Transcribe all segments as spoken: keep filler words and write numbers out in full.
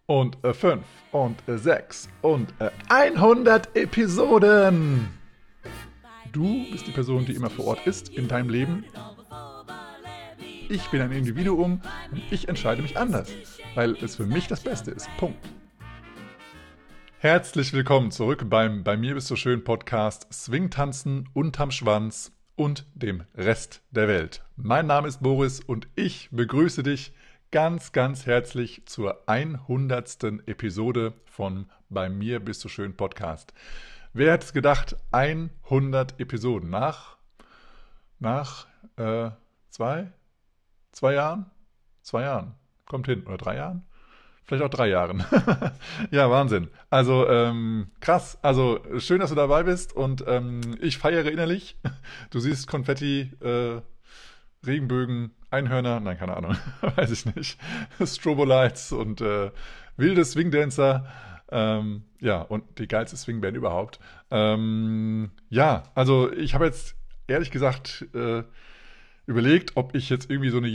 und äh, fünf und äh, sechs und äh, hundert Episoden. Du bist die Person, die immer vor Ort ist in deinem Leben. Ich bin ein Individuum und ich entscheide mich anders, weil es für mich das Beste ist. Punkt. Herzlich willkommen zurück beim Bei mir bist du schön Podcast Swingtanzen unterm Schwanz und dem Rest der Welt. Mein Name ist Boris und ich begrüße dich ganz, ganz herzlich zur hundertsten Episode von Bei mir bist du schön Podcast. Wer hätte es gedacht, hundert Episoden nach, nach äh, zwei, zwei Jahren? Zwei Jahren. Kommt hin. Oder drei Jahren? Vielleicht auch drei Jahren. Ja, Wahnsinn. Also ähm, krass. Also schön, dass du dabei bist und ähm, ich feiere innerlich. Du siehst Konfetti, äh, Regenbögen, Einhörner, nein, keine Ahnung, weiß ich nicht. Strobolights und äh, wilde Swingdancer. Ähm, ja, und die geilste Swingband überhaupt. Ähm, ja, also ich habe jetzt ehrlich gesagt äh, überlegt, ob ich jetzt irgendwie so eine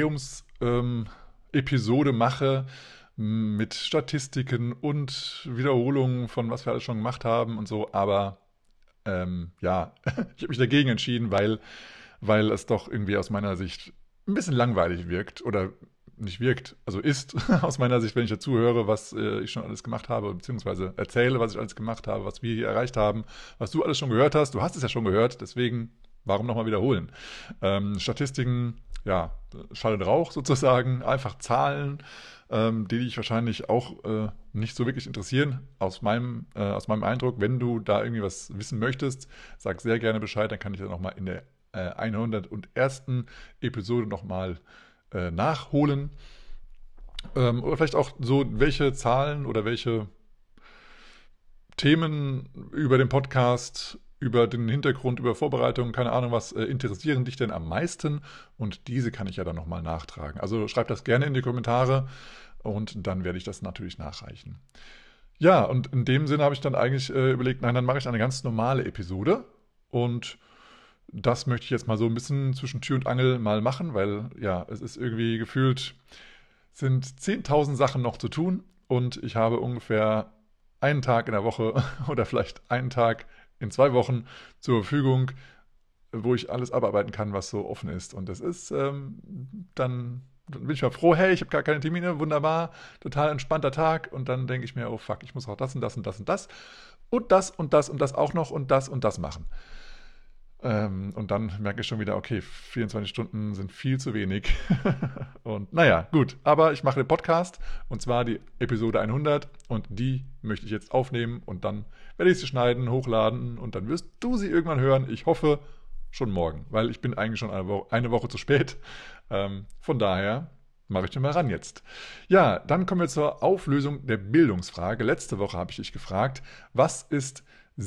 Jubiläums-Episode ähm, mache mit Statistiken und Wiederholungen von was wir alles schon gemacht haben und so. Aber ähm, ja, ich habe mich dagegen entschieden, weil, weil es doch irgendwie aus meiner Sicht ein bisschen langweilig wirkt oder nicht wirkt, also ist aus meiner Sicht, wenn ich dazu höre, was äh, ich schon alles gemacht habe, beziehungsweise erzähle, was ich alles gemacht habe, was wir hier erreicht haben, was du alles schon gehört hast. Du hast es ja schon gehört, deswegen warum nochmal wiederholen? Ähm, Statistiken, ja, Schall und Rauch sozusagen, einfach Zahlen, ähm, die dich wahrscheinlich auch äh, nicht so wirklich interessieren. Aus meinem, äh, aus meinem Eindruck, wenn du da irgendwie was wissen möchtest, sag sehr gerne Bescheid, dann kann ich das nochmal in der äh, hundertersten Episode nochmal äh, nachholen. Ähm, oder vielleicht auch so, welche Zahlen oder welche Themen über den Podcast, über den Hintergrund, über Vorbereitungen, keine Ahnung was, äh, interessieren dich denn am meisten? Und diese kann ich ja dann nochmal nachtragen. Also schreib das gerne in die Kommentare und dann werde ich das natürlich nachreichen. Ja, und in dem Sinne habe ich dann eigentlich äh, überlegt, nein, dann mache ich eine ganz normale Episode und das möchte ich jetzt mal so ein bisschen zwischen Tür und Angel mal machen, weil ja, es ist irgendwie gefühlt, sind zehntausend Sachen noch zu tun und ich habe ungefähr einen Tag in der Woche oder vielleicht einen Tag in zwei Wochen zur Verfügung, wo ich alles abarbeiten kann, was so offen ist. Und das ist ähm, dann, dann bin ich mal froh, hey, ich habe gar keine Termine, wunderbar, total entspannter Tag. Und dann denke ich mir, oh fuck, ich muss auch das und das und das und das und das und das und das auch noch und das und das machen. Ähm, und dann merke ich schon wieder, okay, vierundzwanzig Stunden sind viel zu wenig. Und naja, gut. Aber ich mache den Podcast und zwar die Episode hundert und die möchte ich jetzt aufnehmen und dann werde ich sie schneiden, hochladen und dann wirst du sie irgendwann hören. Ich hoffe schon morgen, weil ich bin eigentlich schon eine Woche, eine Woche zu spät. Ähm, von daher mache ich den mal ran jetzt. Ja, dann kommen wir zur Auflösung der Bildungsfrage. Letzte Woche habe ich dich gefragt, was ist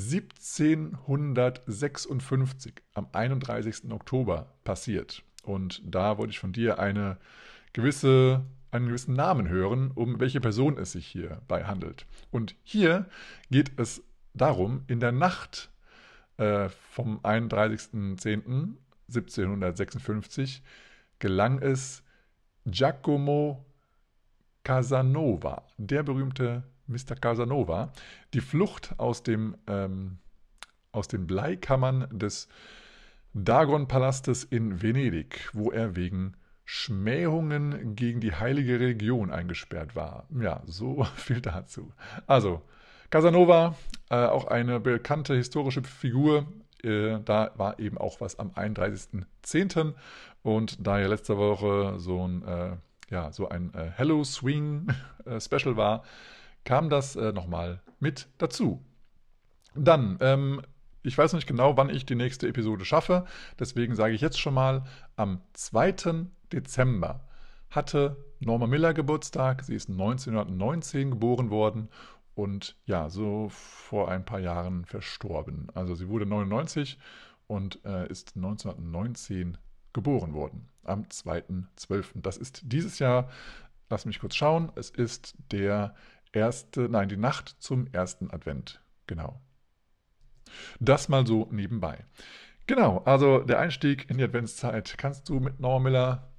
siebzehnhundertsechsundfünfzig am einunddreißigsten Oktober passiert. Und da wollte ich von dir eine gewisse, einen gewissen Namen hören, um welche Person es sich hierbei handelt. Und hier geht es darum, in der Nacht äh, vom einunddreißigsten zehnten siebzehnhundertsechsundfünfzig gelang es Giacomo Casanova, der berühmte Mister Casanova, die Flucht aus, dem, ähm, aus den Bleikammern des Dagon-Palastes in Venedig, wo er wegen Schmähungen gegen die heilige Religion eingesperrt war. Ja, so viel dazu. Also, Casanova, äh, auch eine bekannte historische Figur, äh, da war eben auch was am einunddreißigsten zehnten und da ja letzte Woche so ein, äh, ja, so ein äh, Hello Swing äh, Special war, kam das äh, nochmal mit dazu. Dann, ähm, ich weiß nicht genau, wann ich die nächste Episode schaffe, deswegen sage ich jetzt schon mal, am zweiten Dezember hatte Norma Miller Geburtstag. Sie ist neunzehnhundertneunzehn geboren worden und ja, so vor ein paar Jahren verstorben. Also sie wurde neunundneunzig und äh, ist neunzehnhundertneunzehn geboren worden, am zweiten zwölften Das ist dieses Jahr, lass mich kurz schauen, es ist der erste, nein, die Nacht zum ersten Advent. Genau. Das mal so nebenbei. Genau, also der Einstieg in die Adventszeit kannst du mit Norma Miller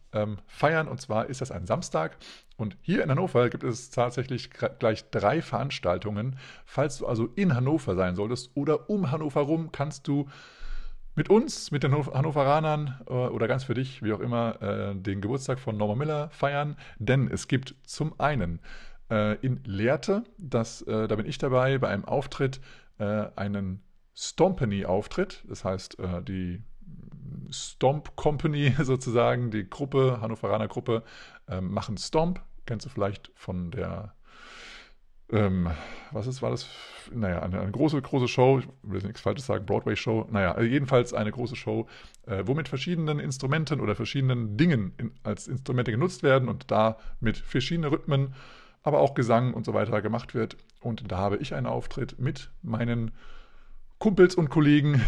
ähm, feiern. Und zwar ist das ein Samstag. Und hier in Hannover gibt es tatsächlich gleich drei Veranstaltungen. Falls du also in Hannover sein solltest oder um Hannover rum, kannst du mit uns, mit den Hannoveranern äh, oder ganz für dich, wie auch immer, äh, den Geburtstag von Norman Miller feiern. Denn es gibt zum einen äh, in Lehrte, das, äh, da bin ich dabei, bei einem Auftritt, äh, einen Stompany-Auftritt. Das heißt, äh, die Stomp Company sozusagen, die Gruppe, Hannoveraner Gruppe, äh, machen Stomp. Kennst du vielleicht von der ähm, was ist, war das? Naja, eine, eine große, große Show, ich will jetzt nichts Falsches sagen, Broadway-Show, naja, also jedenfalls eine große Show, äh, wo mit verschiedenen Instrumenten oder verschiedenen Dingen in, als Instrumente genutzt werden und da mit verschiedenen Rhythmen, aber auch Gesang und so weiter gemacht wird. Und da habe ich einen Auftritt mit meinen Kumpels und Kollegen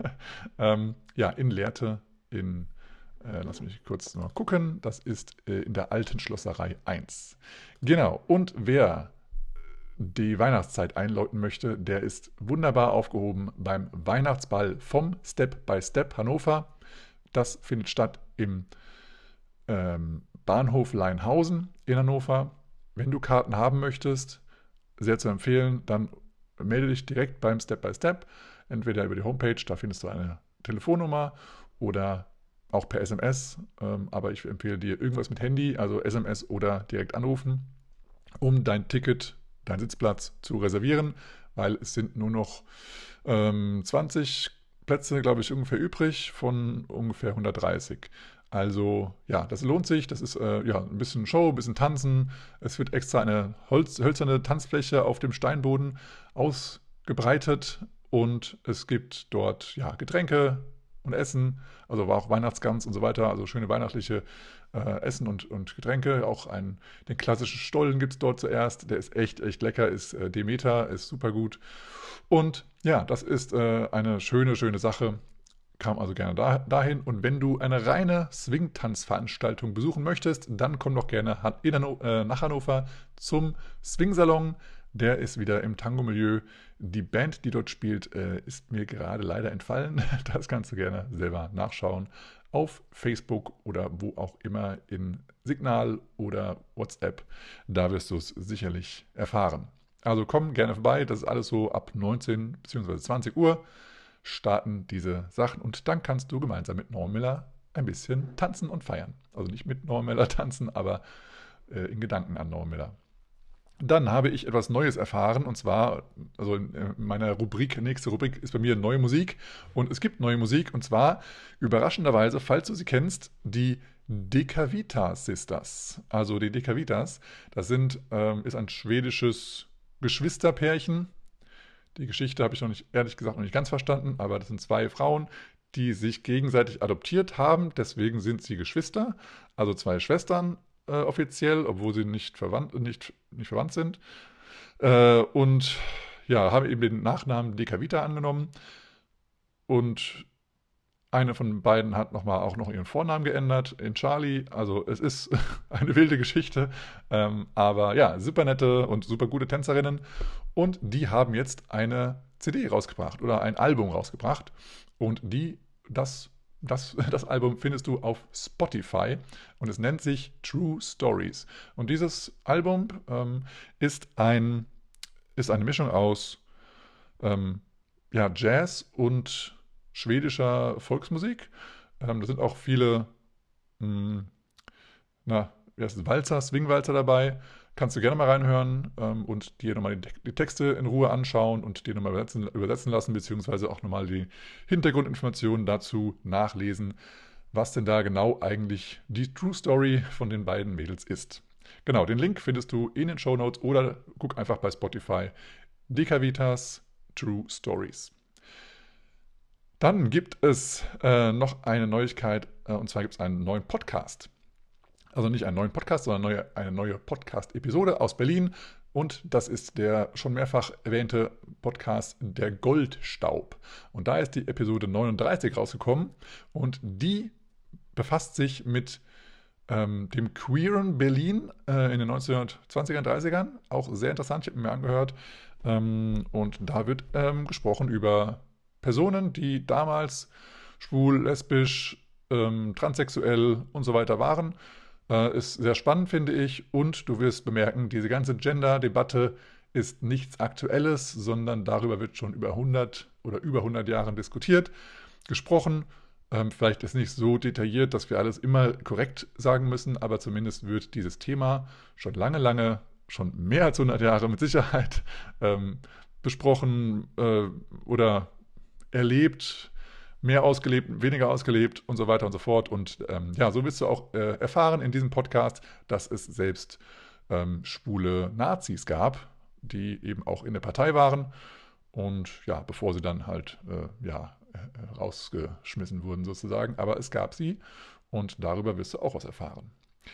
ähm, ja, in Lehrte in, äh, lass mich kurz noch gucken, das ist äh, in der Alten Schlosserei eins. Genau, und wer die Weihnachtszeit einläuten möchte, der ist wunderbar aufgehoben beim Weihnachtsball vom Step by Step Hannover. Das findet statt im ähm, Bahnhof Leinhausen in Hannover. Wenn du Karten haben möchtest, sehr zu empfehlen, dann melde dich direkt beim Step by Step, entweder über die Homepage, da findest du eine Telefonnummer oder auch per S M S, ähm, aber ich empfehle dir irgendwas mit Handy, also S M S oder direkt anrufen, um dein Ticket, deinen Sitzplatz zu reservieren, weil es sind nur noch ähm, zwanzig Plätze, glaube ich, ungefähr übrig von ungefähr hundertdreißig. Also ja, das lohnt sich. Das ist äh, ja ein bisschen Show, ein bisschen Tanzen. Es wird extra eine Holz, hölzerne Tanzfläche auf dem Steinboden ausgebreitet und es gibt dort ja Getränke und Essen, also war auch Weihnachtsgans und so weiter, also schöne weihnachtliche äh, Essen und, und Getränke. Auch ein, den klassischen Stollen gibt es dort zuerst. Der ist echt, echt lecker, ist äh, Demeter, ist super gut. Und ja, das ist äh, eine schöne, schöne Sache. Kam also gerne da, dahin. Und wenn du eine reine Swing-Tanz-Veranstaltung besuchen möchtest, dann komm doch gerne in Hanno, äh, nach Hannover zum Swing-Salon. Der ist wieder im Tango-Milieu. Die Band, die dort spielt, äh, ist mir gerade leider entfallen. Das kannst du gerne selber nachschauen auf Facebook oder wo auch immer in Signal oder WhatsApp. Da wirst du es sicherlich erfahren. Also komm gerne vorbei. Das ist alles so ab neunzehn bzw. zwanzig Uhr starten diese Sachen und dann kannst du gemeinsam mit Norman Miller ein bisschen tanzen und feiern. Also nicht mit Norman Miller tanzen, aber äh, in Gedanken an Norman Miller. Dann habe ich etwas Neues erfahren und zwar, also in meiner Rubrik, nächste Rubrik ist bei mir neue Musik und es gibt neue Musik und zwar überraschenderweise, falls du sie kennst, die Dekavita Sisters. Also die Dekavitas, das sind, ähm, ist ein schwedisches Geschwisterpärchen. Die Geschichte habe ich noch nicht, ehrlich gesagt, noch nicht ganz verstanden, aber das sind zwei Frauen, die sich gegenseitig adoptiert haben, deswegen sind sie Geschwister, also zwei Schwestern äh, offiziell, obwohl sie nicht verwandt, nicht, nicht verwandt sind. Äh, und ja, haben eben den Nachnamen Dekavita angenommen. Und eine von beiden hat nochmal auch noch ihren Vornamen geändert in Charlie. Also es ist eine wilde Geschichte. Ähm, aber ja, super nette und super gute Tänzerinnen. Und die haben jetzt eine C D rausgebracht oder ein Album rausgebracht. Und die, das Das, das Album findest du auf Spotify und es nennt sich True Stories. Und dieses Album ähm, ist, ein, ist eine Mischung aus ähm, ja, Jazz und schwedischer Volksmusik. Ähm, da sind auch viele mh, na, wie heißt es, Walzer, Swingwalzer dabei. Kannst du gerne mal reinhören ähm, und dir nochmal die, die Texte in Ruhe anschauen und dir nochmal übersetzen, übersetzen lassen, beziehungsweise auch nochmal die Hintergrundinformationen dazu nachlesen, was denn da genau eigentlich die True Story von den beiden Mädels ist. Genau, den Link findest du in den Shownotes oder guck einfach bei Spotify Dekavitas True Stories. Dann gibt es äh, noch eine Neuigkeit, äh, und zwar gibt es einen neuen Podcast. Also nicht einen neuen Podcast, sondern neue, eine neue Podcast-Episode aus Berlin. Und das ist der schon mehrfach erwähnte Podcast Der Goldstaub. Und da ist die Episode neununddreißig rausgekommen. Und die befasst sich mit ähm, dem queeren Berlin äh, in den neunzehnhundertzwanzigern, dreißigern. Auch sehr interessant, ich habe mir angehört. Ähm, und da wird ähm, gesprochen über Personen, die damals schwul, lesbisch, ähm, transsexuell und so weiter waren. Äh, ist sehr spannend, finde ich. Und du wirst bemerken, diese ganze Gender-Debatte ist nichts Aktuelles, sondern darüber wird schon über hundert oder über hundert Jahren diskutiert, gesprochen. Ähm, vielleicht ist nicht so detailliert, dass wir alles immer korrekt sagen müssen, aber zumindest wird dieses Thema schon lange, lange, schon mehr als hundert Jahre mit Sicherheit ähm, besprochen äh, oder erlebt, mehr ausgelebt, weniger ausgelebt und so weiter und so fort. Und ähm, ja, so wirst du auch äh, erfahren in diesem Podcast, dass es selbst ähm, schwule Nazis gab, die eben auch in der Partei waren. Und ja, bevor sie dann halt äh, ja, rausgeschmissen wurden sozusagen. Aber es gab sie und darüber wirst du auch was erfahren.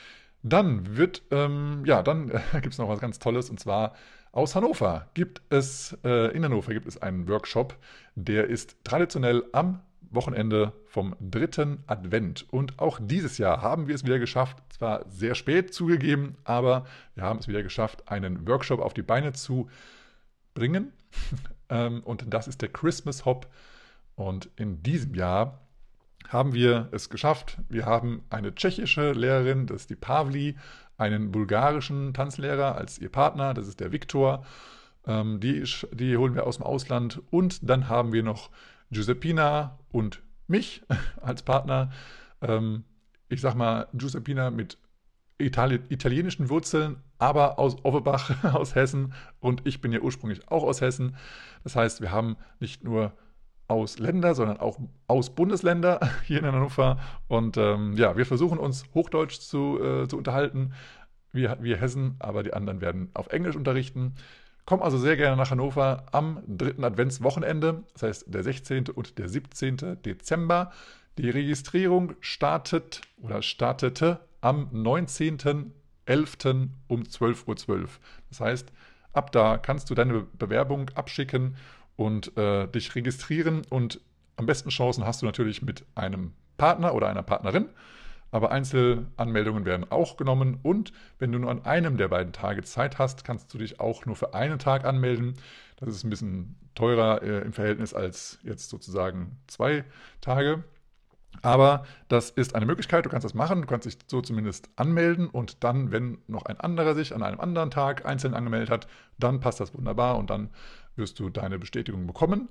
Dann wird, ähm, ja, dann äh, gibt es noch was ganz Tolles und zwar aus Hannover gibt es, äh, in Hannover gibt es einen Workshop, der ist traditionell am Wochenende vom dritten Advent. Und auch dieses Jahr haben wir es wieder geschafft, zwar sehr spät zugegeben, aber wir haben es wieder geschafft, einen Workshop auf die Beine zu bringen. ähm, und das ist der Christmas Hop. Und in diesem Jahr haben wir es geschafft. Wir haben eine tschechische Lehrerin, das ist die Pavli, einen bulgarischen Tanzlehrer als ihr Partner, das ist der Viktor. Ähm, die, die holen wir aus dem Ausland. Und dann haben wir noch Giuseppina und mich als Partner. Ähm, ich sag mal, Giuseppina mit Itali italienischen Wurzeln, aber aus Offenbach, aus Hessen. Und ich bin ja ursprünglich auch aus Hessen. Das heißt, wir haben nicht nur aus Länder, sondern auch aus Bundesländer hier in Hannover. Und ähm, ja, wir versuchen uns Hochdeutsch zu, äh, zu unterhalten, wir, wir Hessen, aber die anderen werden auf Englisch unterrichten. Komm also sehr gerne nach Hannover am dritten Adventswochenende, das heißt der sechzehnte und der siebzehnte Dezember. Die Registrierung startet oder startete am neunzehnten elften um zwölf Uhr zwölf. Das heißt, ab da kannst du deine Bewerbung abschicken und äh, dich registrieren und am besten Chancen hast du natürlich mit einem Partner oder einer Partnerin, aber Einzelanmeldungen werden auch genommen und wenn du nur an einem der beiden Tage Zeit hast, kannst du dich auch nur für einen Tag anmelden. Das ist ein bisschen teurer äh, im Verhältnis als jetzt sozusagen zwei Tage. Aber das ist eine Möglichkeit, du kannst das machen, du kannst dich so zumindest anmelden und dann, wenn noch ein anderer sich an einem anderen Tag einzeln angemeldet hat, dann passt das wunderbar und dann wirst du deine Bestätigung bekommen.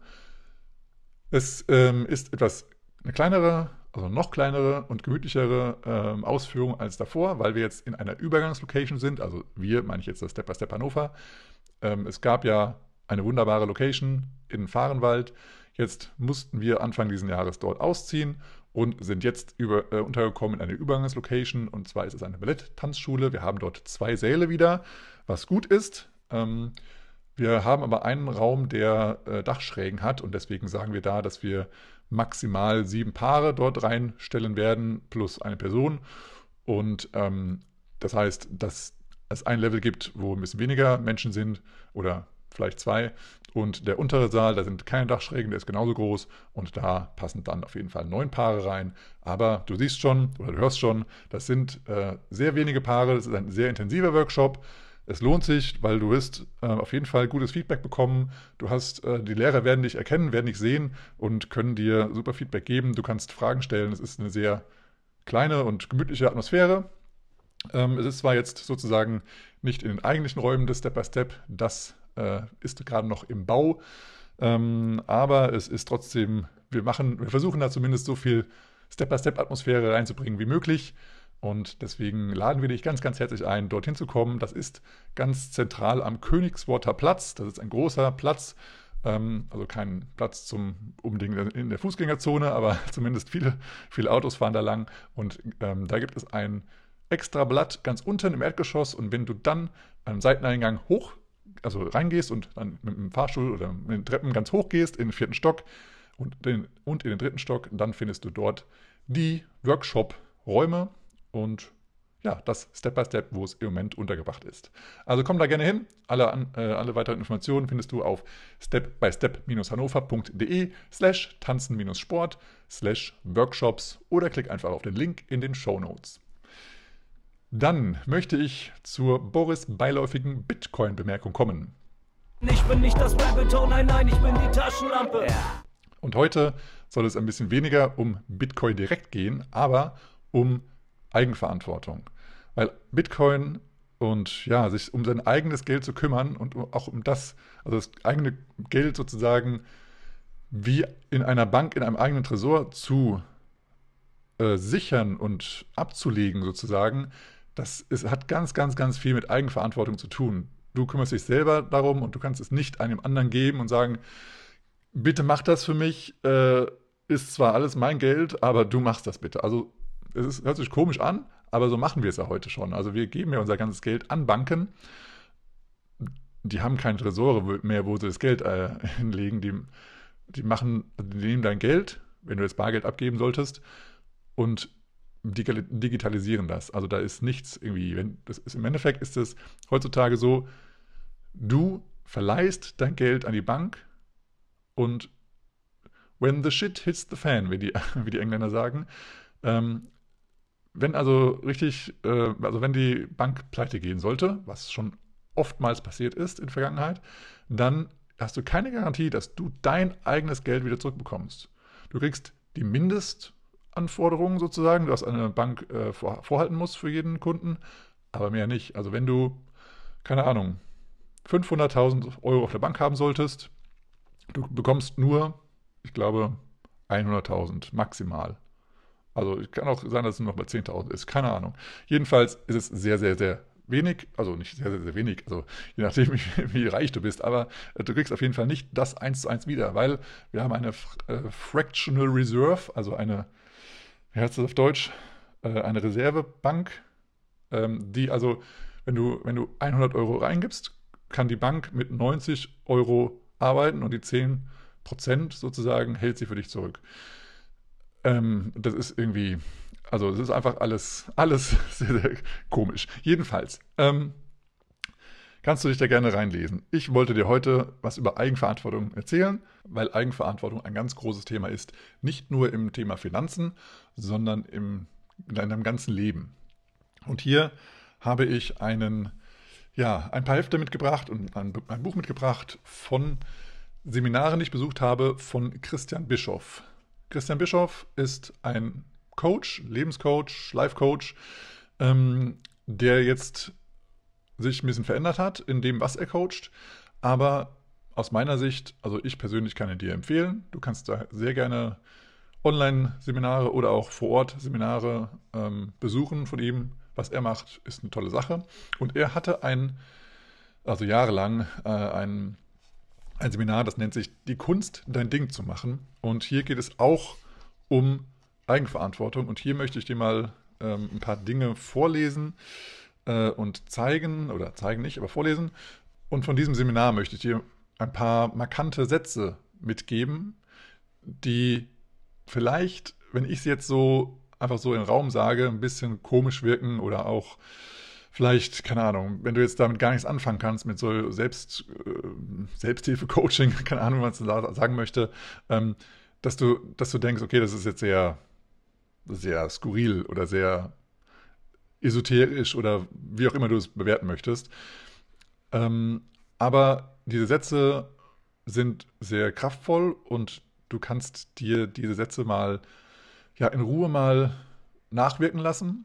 Es ähm, ist etwas eine kleinere, also noch kleinere und gemütlichere ähm, Ausführung als davor, weil wir jetzt in einer Übergangslocation sind, also wir, meine ich jetzt das Step by Step Hannover. Ähm, es gab ja eine wunderbare Location in Vahrenwald. Jetzt mussten wir Anfang dieses Jahres dort ausziehen und sind jetzt über, äh, untergekommen in eine Übergangslocation. Und zwar ist es eine Ballett-Tanzschule. Wir haben dort zwei Säle wieder, was gut ist. Ähm, wir haben aber einen Raum, der äh, Dachschrägen hat. Und deswegen sagen wir da, dass wir maximal sieben Paare dort reinstellen werden, plus eine Person. Und ähm, das heißt, dass es ein Level gibt, wo ein bisschen weniger Menschen sind oder vielleicht zwei. Und der untere Saal, da sind keine Dachschrägen, der ist genauso groß und da passen dann auf jeden Fall neun Paare rein. Aber du siehst schon oder du hörst schon, das sind äh, sehr wenige Paare, das ist ein sehr intensiver Workshop. Es lohnt sich, weil du wirst äh, auf jeden Fall gutes Feedback bekommen. Du hast, äh, die Lehrer werden dich erkennen, werden dich sehen und können dir super Feedback geben. Du kannst Fragen stellen. Es ist eine sehr kleine und gemütliche Atmosphäre. Ähm, es ist zwar jetzt sozusagen nicht in den eigentlichen Räumen des Step by Step, das äh, ist gerade noch im Bau, ähm, aber es ist trotzdem, wir machen, wir versuchen da zumindest so viel Step by Step Atmosphäre reinzubringen wie möglich. Und deswegen laden wir dich ganz, ganz herzlich ein, dorthin zu kommen. Das ist ganz zentral am Königsworter Platz. Das ist ein großer Platz, ähm, also kein Platz zum unbedingt in der Fußgängerzone, aber zumindest viele, viele Autos fahren da lang. Und ähm, da gibt es ein extra Blatt ganz unten im Erdgeschoss. Und wenn du dann am Seiteneingang hoch, also reingehst und dann mit dem Fahrstuhl oder mit den Treppen ganz hoch gehst in den vierten Stock und, den, und in den dritten Stock, dann findest du dort die Workshop-Räume. Und ja, das Step by Step, wo es im Moment untergebracht ist. Also komm da gerne hin. Alle, äh, alle weiteren Informationen findest du auf stepbystep-hannover.de slash tanzen-sport slash workshops oder klick einfach auf den Link in den Shownotes. Dann möchte ich zur Boris beiläufigen Bitcoin-Bemerkung kommen. Ich bin nicht das Rabbit-Hole, nein, nein, ich bin die Taschenlampe. Ja. Und heute soll es ein bisschen weniger um Bitcoin direkt gehen, aber um Eigenverantwortung. Weil Bitcoin und ja, sich um sein eigenes Geld zu kümmern und auch um das, also das eigene Geld sozusagen wie in einer Bank, in einem eigenen Tresor zu äh, sichern und abzulegen sozusagen, das ist, hat ganz, ganz, ganz viel mit Eigenverantwortung zu tun. Du kümmerst dich selber darum und du kannst es nicht einem anderen geben und sagen, bitte mach das für mich, äh, ist zwar alles mein Geld, aber du machst das bitte. Also es ist, hört sich komisch an, aber so machen wir es ja heute schon. Also wir geben ja unser ganzes Geld an Banken. Die haben keine Tresore mehr, wo sie das Geld äh, hinlegen. Die, die machen, die nehmen dein Geld, wenn du jetzt Bargeld abgeben solltest, und digitalisieren das. Also da ist nichts irgendwie, wenn, das ist, im Endeffekt ist es heutzutage so, du verleihst dein Geld an die Bank und when the shit hits the fan, wie die, wie die Engländer sagen, ähm, wenn also richtig, äh, also wenn die Bank pleite gehen sollte, was schon oftmals passiert ist in der Vergangenheit, dann hast du keine Garantie, dass du dein eigenes Geld wieder zurückbekommst. Du kriegst die Mindestanforderungen sozusagen, was eine Bank äh, vor, vorhalten muss für jeden Kunden, aber mehr nicht. Also wenn du, keine Ahnung, fünfhunderttausend Euro auf der Bank haben solltest, du bekommst nur, ich glaube, hunderttausend maximal. Also es kann auch sein, dass es nur noch bei zehntausend ist, keine Ahnung. Jedenfalls ist es sehr, sehr, sehr wenig, also nicht sehr, sehr, sehr wenig, also je nachdem, wie, wie reich du bist, aber äh, du kriegst auf jeden Fall nicht das eins zu eins wieder, weil wir haben eine äh, Fractional Reserve, also eine, wie heißt das auf Deutsch, äh, eine Reservebank, ähm, die also, wenn du, wenn du hundert Euro reingibst, kann die Bank mit neunzig Euro arbeiten und die zehn Prozent sozusagen hält sie für dich zurück. Ähm, das ist irgendwie, also das ist einfach alles, alles sehr, sehr komisch. Jedenfalls, ähm, kannst du dich da gerne reinlesen. Ich wollte dir heute was über Eigenverantwortung erzählen, weil Eigenverantwortung ein ganz großes Thema ist. Nicht nur im Thema Finanzen, sondern im, in deinem ganzen Leben. Und hier habe ich einen, ja, ein paar Hefte mitgebracht und ein, ein Buch mitgebracht von Seminaren, die ich besucht habe, von Christian Bischoff. Christian Bischoff ist ein Coach, Lebenscoach, Life-Coach, ähm, der jetzt sich ein bisschen verändert hat in dem, was er coacht. Aber aus meiner Sicht, also ich persönlich kann ihn dir empfehlen. Du kannst da sehr gerne Online-Seminare oder auch Vor-Ort-Seminare ähm, besuchen von ihm. Was er macht, ist eine tolle Sache. Und er hatte ein, also jahrelang, äh, ein ein Seminar, das nennt sich Die Kunst, dein Ding zu machen. Und hier geht es auch um Eigenverantwortung. Und hier möchte ich dir mal ähm, ein paar Dinge vorlesen äh, und zeigen, oder zeigen nicht, aber vorlesen. Und von diesem Seminar möchte ich dir ein paar markante Sätze mitgeben, die vielleicht, wenn ich sie jetzt so einfach so im Raum sage, ein bisschen komisch wirken oder auch vielleicht, keine Ahnung, wenn du jetzt damit gar nichts anfangen kannst, mit so Selbst, äh, Selbsthilfe-Coaching, keine Ahnung, was man sagen möchte, ähm, dass du, dass du denkst, okay, das ist jetzt sehr, sehr skurril oder sehr esoterisch oder wie auch immer du es bewerten möchtest. Ähm, aber diese Sätze sind sehr kraftvoll und du kannst dir diese Sätze mal ja, in Ruhe mal nachwirken lassen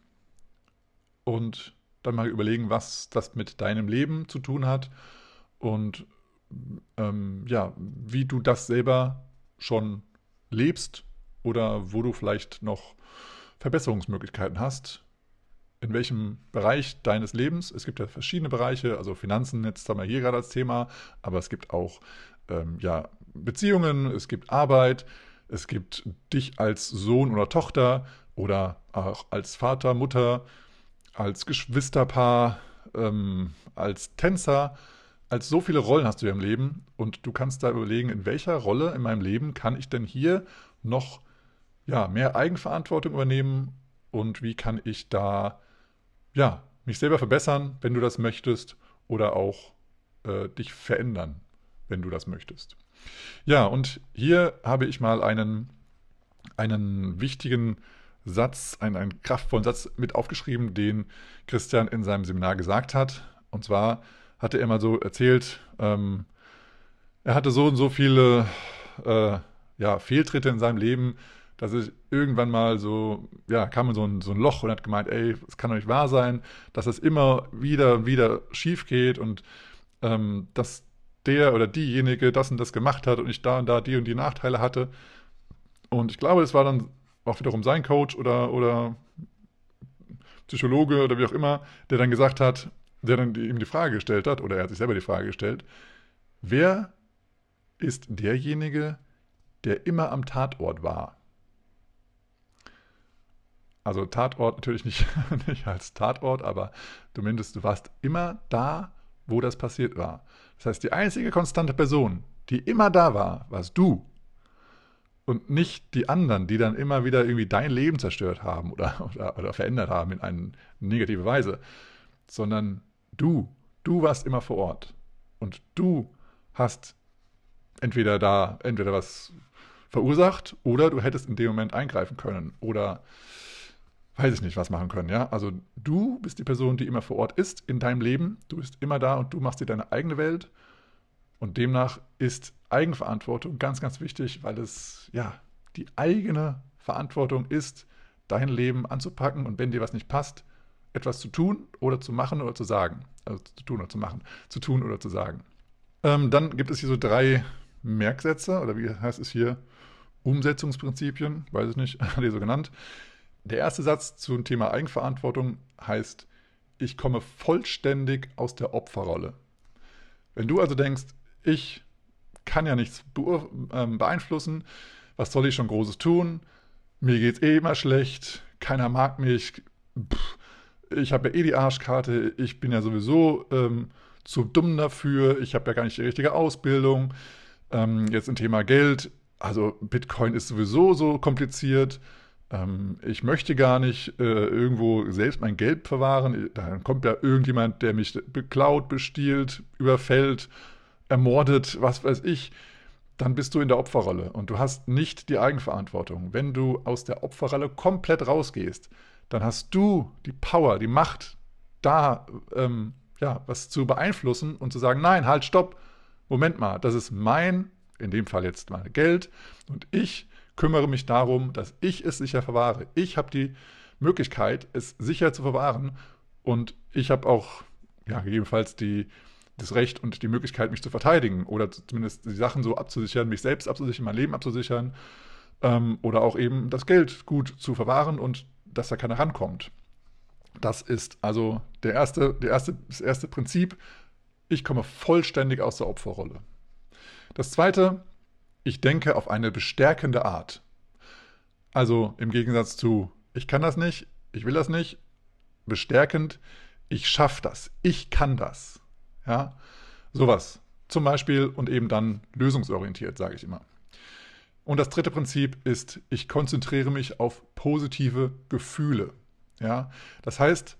und dann mal überlegen, was das mit deinem Leben zu tun hat und ähm, ja, wie du das selber schon lebst oder wo du vielleicht noch Verbesserungsmöglichkeiten hast, in welchem Bereich deines Lebens. Es gibt ja verschiedene Bereiche, also Finanzen, jetzt haben wir hier gerade als Thema, aber es gibt auch ähm, ja, Beziehungen, es gibt Arbeit, es gibt dich als Sohn oder Tochter oder auch als Vater, Mutter, als Geschwisterpaar, ähm, als Tänzer, als so viele Rollen hast du ja im Leben und du kannst da überlegen, in welcher Rolle in meinem Leben kann ich denn hier noch ja, mehr Eigenverantwortung übernehmen und wie kann ich da ja, mich selber verbessern, wenn du das möchtest oder auch äh, dich verändern, wenn du das möchtest. Ja, und hier habe ich mal einen, einen wichtigen Satz, einen, einen kraftvollen Satz mit aufgeschrieben, den Christian in seinem Seminar gesagt hat. Und zwar hatte er mal so erzählt, ähm, er hatte so und so viele äh, ja, Fehltritte in seinem Leben, dass er irgendwann mal so, ja, kam in so ein, so ein Loch und hat gemeint, ey, das kann doch nicht wahr sein, dass das immer wieder und wieder schief geht und ähm, dass der oder diejenige das und das gemacht hat und ich da und da die und die Nachteile hatte. Und ich glaube, es war dann auch wiederum sein Coach oder, oder Psychologe oder wie auch immer, der dann gesagt hat, der dann ihm die Frage gestellt hat, oder er hat sich selber die Frage gestellt, wer ist derjenige, der immer am Tatort war? Also Tatort natürlich nicht, nicht als Tatort, aber zumindest du warst immer da, wo das passiert war. Das heißt, die einzige konstante Person, die immer da war, warst du. Und nicht die anderen, die dann immer wieder irgendwie dein Leben zerstört haben oder, oder, oder verändert haben in eine negative Weise. Sondern du, du warst immer vor Ort. Und du hast entweder da, entweder was verursacht oder du hättest in dem Moment eingreifen können oder weiß ich nicht, was machen können, ja. Also du bist die Person, die immer vor Ort ist in deinem Leben. Du bist immer da und du machst dir deine eigene Welt. Und demnach ist Eigenverantwortung ganz, ganz wichtig, weil es ja die eigene Verantwortung ist, dein Leben anzupacken und wenn dir was nicht passt, etwas zu tun oder zu machen oder zu sagen. Also zu tun oder zu machen. Zu tun oder zu sagen. Ähm, dann gibt es hier so drei Merksätze oder wie heißt es hier? Umsetzungsprinzipien, weiß ich nicht, die so genannt. Der erste Satz zum Thema Eigenverantwortung heißt, ich komme vollständig aus der Opferrolle. Wenn du also denkst, ich kann ja nichts beeinflussen, was soll ich schon Großes tun, mir geht's eh immer schlecht, keiner mag mich, pff, ich habe ja eh die Arschkarte, ich bin ja sowieso ähm, zu dumm dafür, ich habe ja gar nicht die richtige Ausbildung, ähm, jetzt ein Thema Geld, also Bitcoin ist sowieso so kompliziert, ähm, ich möchte gar nicht äh, irgendwo selbst mein Geld verwahren, dann kommt ja irgendjemand, der mich beklaut, bestiehlt, überfällt, ermordet, was weiß ich, dann bist du in der Opferrolle und du hast nicht die Eigenverantwortung. Wenn du aus der Opferrolle komplett rausgehst, dann hast du die Power, die Macht, da ähm, ja, was zu beeinflussen und zu sagen, nein, halt, stopp, Moment mal, das ist mein, in dem Fall jetzt mein Geld und ich kümmere mich darum, dass ich es sicher verwahre. Ich habe die Möglichkeit, es sicher zu verwahren und ich habe auch ja, gegebenenfalls die das Recht und die Möglichkeit, mich zu verteidigen oder zumindest die Sachen so abzusichern, mich selbst abzusichern, mein Leben abzusichern ähm, oder auch eben das Geld gut zu verwahren und dass da keiner rankommt. Das ist also der erste, der erste, das erste Prinzip. Ich komme vollständig aus der Opferrolle. Das zweite, ich denke auf eine bestärkende Art. Also im Gegensatz zu, ich kann das nicht, ich will das nicht, bestärkend, ich schaffe das, ich kann das. Ja, sowas. Zum Beispiel und eben dann lösungsorientiert, sage ich immer. Und das dritte Prinzip ist, ich konzentriere mich auf positive Gefühle. Ja, das heißt,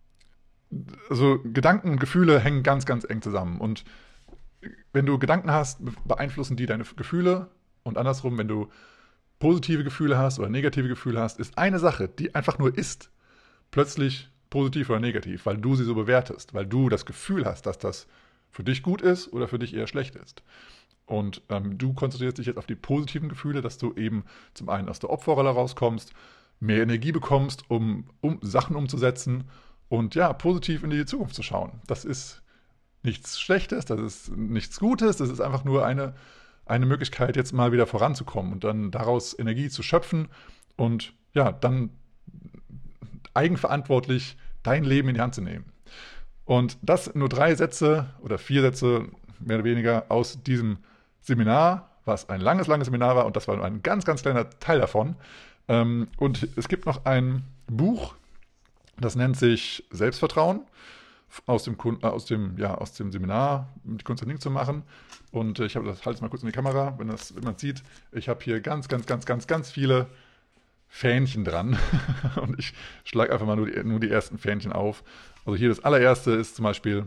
also Gedanken und Gefühle hängen ganz, ganz eng zusammen. Und wenn du Gedanken hast, beeinflussen die deine Gefühle. Und andersrum, wenn du positive Gefühle hast oder negative Gefühle hast, ist eine Sache, die einfach nur ist, plötzlich positiv oder negativ, weil du sie so bewertest, weil du das Gefühl hast, dass das für dich gut ist oder für dich eher schlecht ist. Und ähm, du konzentrierst dich jetzt auf die positiven Gefühle, dass du eben zum einen aus der Opferrolle rauskommst, mehr Energie bekommst, um, um Sachen umzusetzen und ja, positiv in die Zukunft zu schauen. Das ist nichts Schlechtes, das ist nichts Gutes, das ist einfach nur eine, eine Möglichkeit, jetzt mal wieder voranzukommen und dann daraus Energie zu schöpfen und ja, dann eigenverantwortlich dein Leben in die Hand zu nehmen. Und das nur drei Sätze oder vier Sätze mehr oder weniger aus diesem Seminar, was ein langes, langes Seminar war und das war nur ein ganz, ganz kleiner Teil davon. Und es gibt noch ein Buch, das nennt sich Selbstvertrauen, aus dem, aus dem, ja, aus dem Seminar, die Kunst der Dinge zu machen. Und ich habe das, halte es mal kurz in die Kamera, wenn, das, wenn man sieht, ich habe hier ganz, ganz, ganz, ganz, ganz viele Fähnchen dran und ich schlage einfach mal nur die, nur die ersten Fähnchen auf. Also hier das allererste ist zum Beispiel,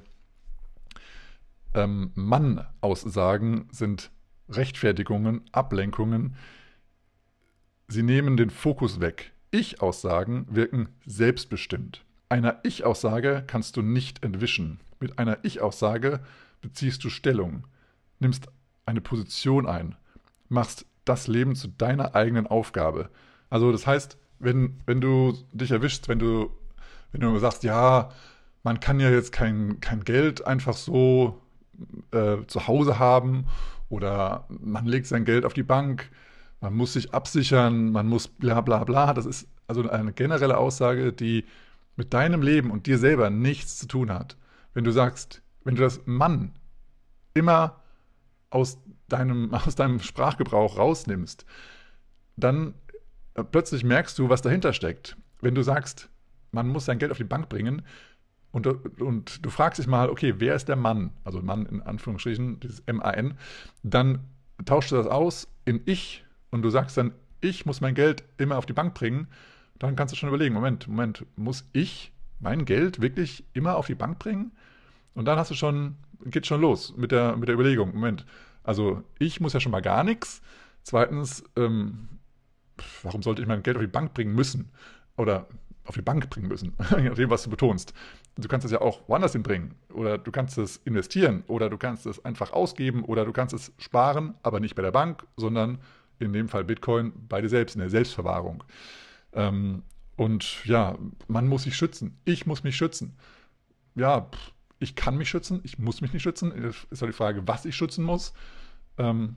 ähm, Mann-Aussagen sind Rechtfertigungen, Ablenkungen. Sie nehmen den Fokus weg. Ich-Aussagen wirken selbstbestimmt. Einer Ich-Aussage kannst du nicht entwischen. Mit einer Ich-Aussage beziehst du Stellung, nimmst eine Position ein, machst das Leben zu deiner eigenen Aufgabe. Also das heißt, wenn, wenn du dich erwischst, wenn du, wenn du sagst, ja, man kann ja jetzt kein, kein Geld einfach so äh, zu Hause haben oder man legt sein Geld auf die Bank, man muss sich absichern, man muss bla bla bla. Das ist also eine generelle Aussage, die mit deinem Leben und dir selber nichts zu tun hat. Wenn du sagst, wenn du das Mann immer aus deinem, aus deinem Sprachgebrauch rausnimmst, dann äh, plötzlich merkst du, was dahinter steckt. Wenn du sagst, man muss sein Geld auf die Bank bringen und, und du fragst dich mal, okay, wer ist der Mann? Also Mann in Anführungsstrichen, dieses M A N, dann tauschst du das aus in ich und du sagst dann, ich muss mein Geld immer auf die Bank bringen, dann kannst du schon überlegen, Moment, Moment, muss ich mein Geld wirklich immer auf die Bank bringen? Und dann hast du schon, geht schon los mit der, mit der Überlegung, Moment, also ich muss ja schon mal gar nichts. Zweitens, ähm, warum sollte ich mein Geld auf die Bank bringen müssen? Oder auf die Bank bringen müssen, je nachdem, was du betonst. Du kannst es ja auch woanders hinbringen. Oder du kannst es investieren. Oder du kannst es einfach ausgeben. Oder du kannst es sparen, aber nicht bei der Bank, sondern in dem Fall Bitcoin bei dir selbst, in der Selbstverwahrung. Ähm, und ja, man muss sich schützen. Ich muss mich schützen. Ja, ich kann mich schützen, ich muss mich nicht schützen. Es ist halt die Frage, was ich schützen muss. Ähm,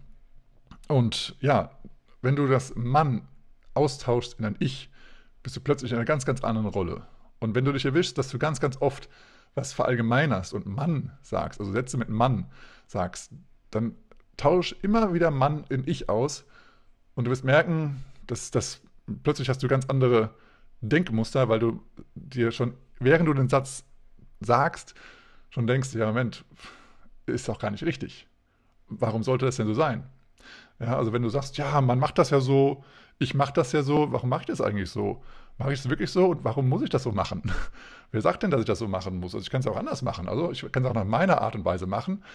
und ja, wenn du das Mann austauschst in ein Ich, bist du plötzlich in einer ganz, ganz anderen Rolle. Und wenn du dich erwischst, dass du ganz, ganz oft was verallgemeinerst und Mann sagst, also Sätze mit Mann sagst, dann tausch immer wieder Mann in Ich aus und du wirst merken, dass das plötzlich hast du ganz andere Denkmuster, weil du dir schon, während du den Satz sagst, schon denkst, ja Moment, ist doch gar nicht richtig. Warum sollte das denn so sein? Ja, also wenn du sagst, ja, man macht das ja so, ich mache das ja so, warum mache ich das eigentlich so? Mache ich es wirklich so und warum muss ich das so machen? Wer sagt denn, dass ich das so machen muss? Also ich kann es auch anders machen. Also ich kann es auch nach meiner Art und Weise machen.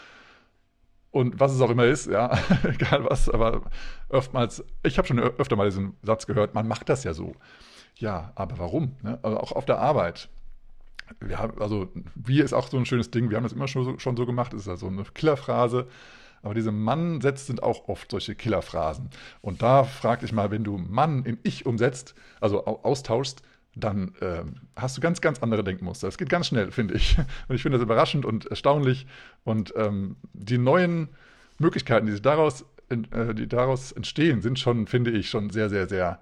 Und was es auch immer ist, ja, egal was, aber oftmals, ich habe schon öfter mal diesen Satz gehört, man macht das ja so. Ja, aber warum? Ne? Also auch auf der Arbeit. Ja, also wir ist auch so ein schönes Ding, wir haben das immer schon so, schon so gemacht, das ist also eine Killerphrase. Aber diese Mann-Sätze sind auch oft solche Killerphrasen. Und da frag dich mal, wenn du Mann in Ich umsetzt, also austauschst, dann äh, hast du ganz, ganz andere Denkmuster. Das geht ganz schnell, finde ich. Und ich finde das überraschend und erstaunlich. Und ähm, die neuen Möglichkeiten, die, daraus, äh, die daraus entstehen, sind schon, finde ich, schon sehr, sehr, sehr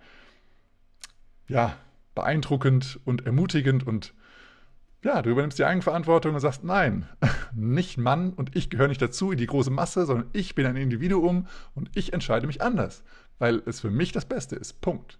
ja, beeindruckend und ermutigend und ja, du übernimmst die Eigenverantwortung und sagst, nein, nicht Mann und ich gehöre nicht dazu in die große Masse, sondern ich bin ein Individuum und ich entscheide mich anders, weil es für mich das Beste ist. Punkt.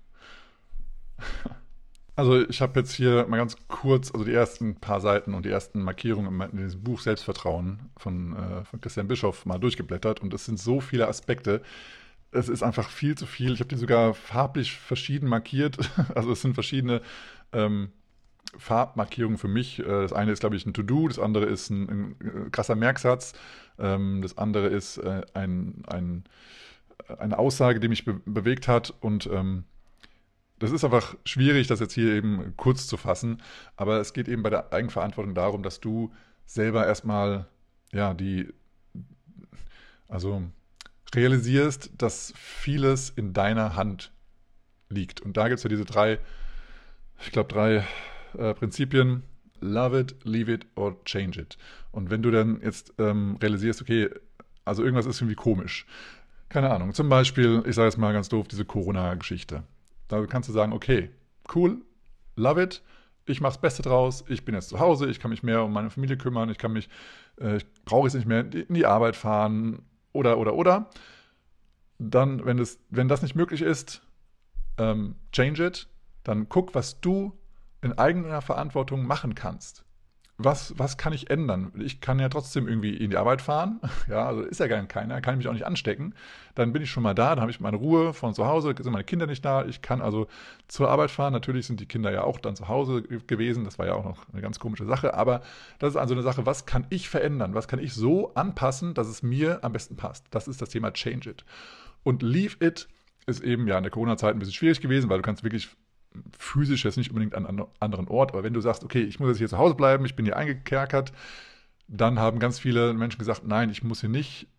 Also ich habe jetzt hier mal ganz kurz, also die ersten paar Seiten und die ersten Markierungen in diesem Buch Selbstvertrauen von, äh, von Christian Bischoff mal durchgeblättert und es sind so viele Aspekte. Es ist einfach viel zu viel. Ich habe die sogar farblich verschieden markiert. Also es sind verschiedene ähm, Farbmarkierungen für mich. Das eine ist, glaube ich, ein To-Do, das andere ist ein, ein krasser Merksatz, das andere ist ein, ein, eine Aussage, die mich be bewegt hat und ähm, das ist einfach schwierig, das jetzt hier eben kurz zu fassen, aber es geht eben bei der Eigenverantwortung darum, dass du selber erstmal, ja, die, also realisierst, dass vieles in deiner Hand liegt. Und da gibt es ja diese drei, ich glaube, drei äh, Prinzipien. Love it, leave it or change it. Und wenn du dann jetzt ähm, realisierst, okay, also irgendwas ist irgendwie komisch. Keine Ahnung, zum Beispiel, ich sage jetzt mal ganz doof, diese Corona-Geschichte. Da kannst du sagen, okay, cool, love it, ich mache das Beste draus, ich bin jetzt zu Hause, ich kann mich mehr um meine Familie kümmern, ich kann mich, äh, ich brauche jetzt nicht mehr in die Arbeit fahren oder, oder, oder. Dann, wenn das, wenn das nicht möglich ist, ähm, change it, dann guck, was du in eigener Verantwortung machen kannst. Was, was kann ich ändern? Ich kann ja trotzdem irgendwie in die Arbeit fahren. Ja, also ist ja gar keiner, kann mich auch nicht anstecken. Dann bin ich schon mal da, dann habe ich meine Ruhe von zu Hause, sind meine Kinder nicht da. Ich kann also zur Arbeit fahren. Natürlich sind die Kinder ja auch dann zu Hause gewesen. Das war ja auch noch eine ganz komische Sache. Aber das ist also eine Sache, was kann ich verändern? Was kann ich so anpassen, dass es mir am besten passt? Das ist das Thema Change It. Und Leave It ist eben ja in der Corona-Zeit ein bisschen schwierig gewesen, weil du kannst wirklich physisch jetzt nicht unbedingt an einem anderen Ort, aber wenn du sagst, okay, ich muss jetzt hier zu Hause bleiben, ich bin hier eingekerkert, dann haben ganz viele Menschen gesagt, nein, ich muss hier nicht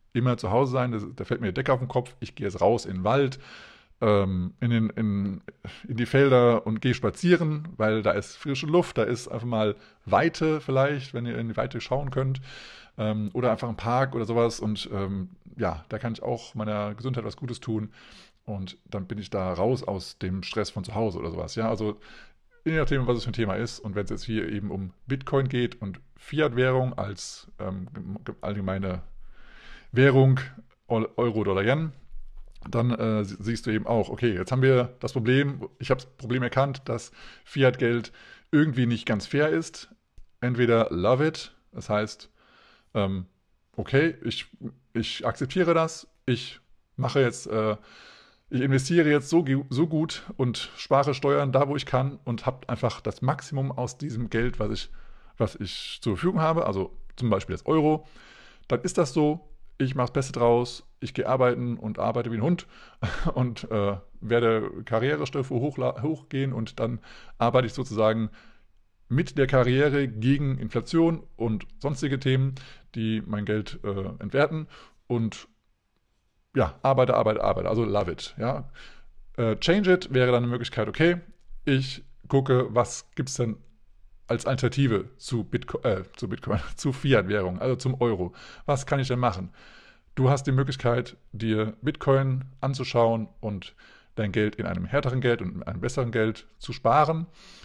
immer zu Hause sein, das, da fällt mir die Decke auf den Kopf, ich gehe jetzt raus in den Wald, ähm, in, den, in, in die Felder und gehe spazieren, weil da ist frische Luft, da ist einfach mal Weite vielleicht, wenn ihr in die Weite schauen könnt, ähm, oder einfach ein Park oder sowas und ähm, ja, da kann ich auch meiner Gesundheit was Gutes tun und dann bin ich da raus aus dem Stress von zu Hause oder sowas, ja, also je nachdem, was es für ein Thema ist. Und wenn es jetzt hier eben um Bitcoin geht und Fiat-Währung als ähm, allgemeine Währung, Euro, Dollar, Yen, dann äh, siehst du eben auch, okay, jetzt haben wir das Problem, ich habe das Problem erkannt, dass Fiat-Geld irgendwie nicht ganz fair ist. Entweder love it, das heißt, ähm, okay, ich, ich akzeptiere das, ich mache jetzt, äh, ich investiere jetzt so, so gut und spare Steuern da, wo ich kann und habe einfach das Maximum aus diesem Geld, was ich, was ich zur Verfügung habe, also zum Beispiel das Euro, dann ist das so, ich mache das Beste draus, ich gehe arbeiten und arbeite wie ein Hund und äh, werde Karrierestufe hochla- hochgehen und dann arbeite ich sozusagen mit der Karriere gegen Inflation und sonstige Themen, die mein Geld äh, entwerten und ja, arbeite, arbeite, arbeite, also love it. Ja. Äh, change it wäre dann eine Möglichkeit, okay, ich gucke, was gibt es denn als Alternative zu Bitcoin, äh, zu Bitcoin, zu Fiat-Währung, also zum Euro. Was kann ich denn machen? Du hast die Möglichkeit, dir Bitcoin anzuschauen und dein Geld in einem härteren Geld und in einem besseren Geld zu sparen.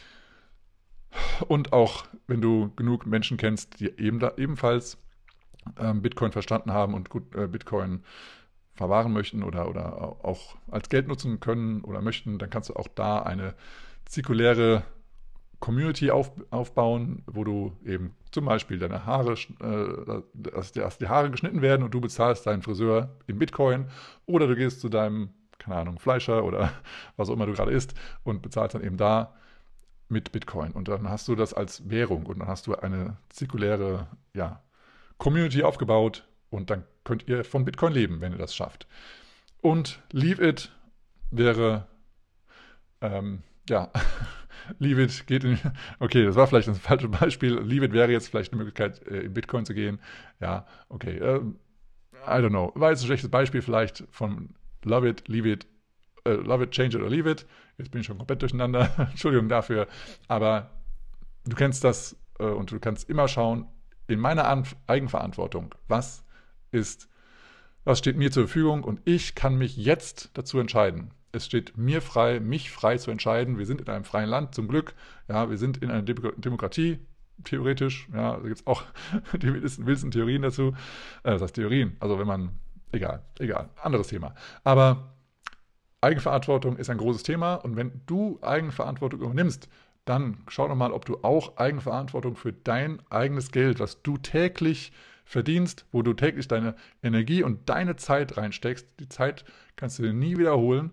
Und auch, wenn du genug Menschen kennst, die eben da, ebenfalls ähm, Bitcoin verstanden haben und gut äh, Bitcoin verwahren möchten oder, oder auch als Geld nutzen können oder möchten, dann kannst du auch da eine zirkuläre Community auf, aufbauen, wo du eben zum Beispiel deine Haare, äh, dass, dass die Haare geschnitten werden und du bezahlst deinen Friseur in Bitcoin oder du gehst zu deinem, keine Ahnung, Fleischer oder was auch immer du gerade isst und bezahlst dann eben da mit Bitcoin. Und dann hast du das als Währung und dann hast du eine zirkuläre, ja, Community aufgebaut und dann könnt ihr von Bitcoin leben, wenn ihr das schafft. Und Leave It wäre, ähm, ja, Leave It geht in, okay, das war vielleicht ein falsches Beispiel. Leave It wäre jetzt vielleicht eine Möglichkeit, in Bitcoin zu gehen. Ja, okay, äh, I don't know. War jetzt ein schlechtes Beispiel vielleicht von Love It, Leave It, äh, Love It, Change It oder Leave It. Jetzt bin ich schon komplett durcheinander. Entschuldigung dafür. Aber du kennst das äh, und du kannst immer schauen, in meiner An- Eigenverantwortung, was ist, was steht mir zur Verfügung und ich kann mich jetzt dazu entscheiden. Es steht mir frei, mich frei zu entscheiden. Wir sind in einem freien Land, zum Glück. Ja, wir sind in einer Demo- Demokratie, theoretisch. Ja, da gibt es auch die wildesten Theorien dazu. Äh, das heißt Theorien, also wenn man, egal, egal, anderes Thema. Aber Eigenverantwortung ist ein großes Thema und wenn du Eigenverantwortung übernimmst, dann schau doch mal, ob du auch Eigenverantwortung für dein eigenes Geld, was du täglich verdienst, wo du täglich deine Energie und deine Zeit reinsteckst, die Zeit kannst du dir nie wiederholen,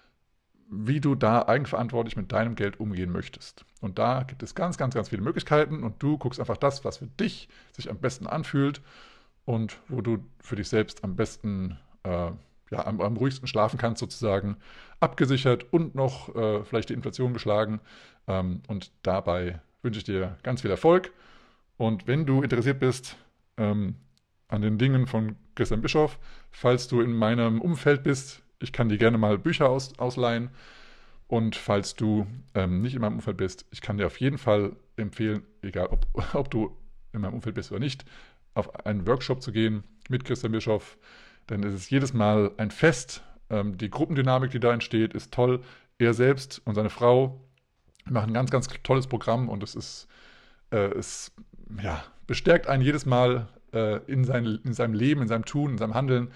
wie du da eigenverantwortlich mit deinem Geld umgehen möchtest. Und da gibt es ganz, ganz, ganz viele Möglichkeiten und du guckst einfach das, was für dich sich am besten anfühlt und wo du für dich selbst am besten, äh, ja, am, am ruhigsten schlafen kannst sozusagen, abgesichert und noch äh, vielleicht die Inflation geschlagen. Ähm, und dabei wünsche ich dir ganz viel Erfolg. Und wenn du interessiert bist ähm, an den Dingen von Christian Bischoff, falls du in meinem Umfeld bist, ich kann dir gerne mal Bücher aus, ausleihen. Und falls du ähm, nicht in meinem Umfeld bist, ich kann dir auf jeden Fall empfehlen, egal ob, ob du in meinem Umfeld bist oder nicht, auf einen Workshop zu gehen mit Christian Bischoff. Denn es ist jedes Mal ein Fest. Ähm, die Gruppendynamik, die da entsteht, ist toll. Er selbst und seine Frau machen ein ganz, ganz tolles Programm und es ist, äh, es ja, bestärkt einen jedes Mal äh, in, sein, in seinem Leben, in seinem Tun, in seinem Handeln.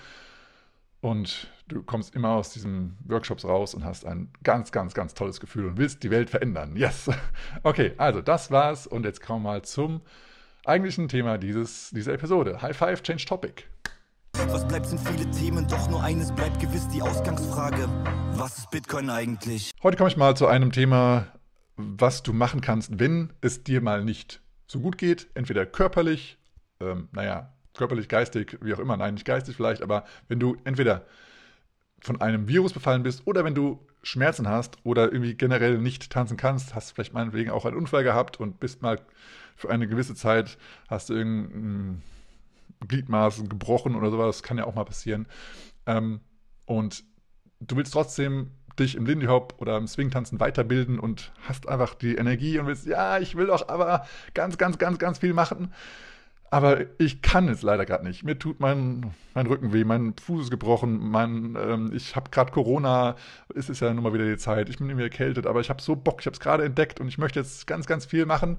Und du kommst immer aus diesen Workshops raus und hast ein ganz, ganz, ganz tolles Gefühl und willst die Welt verändern. Yes! Okay, also das war's und jetzt kommen wir mal zum eigentlichen Thema dieses, dieser Episode. High Five, Change Topic. Was bleibt, sind viele Themen, doch nur eines bleibt gewiss, die Ausgangsfrage. Was ist Bitcoin eigentlich? Heute komme ich mal zu einem Thema, was du machen kannst, wenn es dir mal nicht so gut geht. Entweder körperlich, ähm, naja, körperlich, geistig, wie auch immer. Nein, nicht geistig vielleicht, aber wenn du entweder von einem Virus befallen bist oder wenn du Schmerzen hast oder irgendwie generell nicht tanzen kannst, hast vielleicht meinetwegen auch einen Unfall gehabt und bist mal für eine gewisse Zeit, hast du irgendein Gliedmaßen gebrochen oder sowas, kann ja auch mal passieren. Ähm, und du willst trotzdem dich im Lindy Hop oder im Swing-Tanzen weiterbilden und hast einfach die Energie und willst, ja, ich will doch aber ganz, ganz, ganz, ganz viel machen. Aber ich kann es leider gerade nicht. Mir tut mein, mein Rücken weh, mein Fuß ist gebrochen, mein, ähm, ich habe gerade Corona, es ist ja nun mal wieder die Zeit, ich bin irgendwie erkältet, aber ich habe so Bock, ich habe es gerade entdeckt und ich möchte jetzt ganz, ganz viel machen.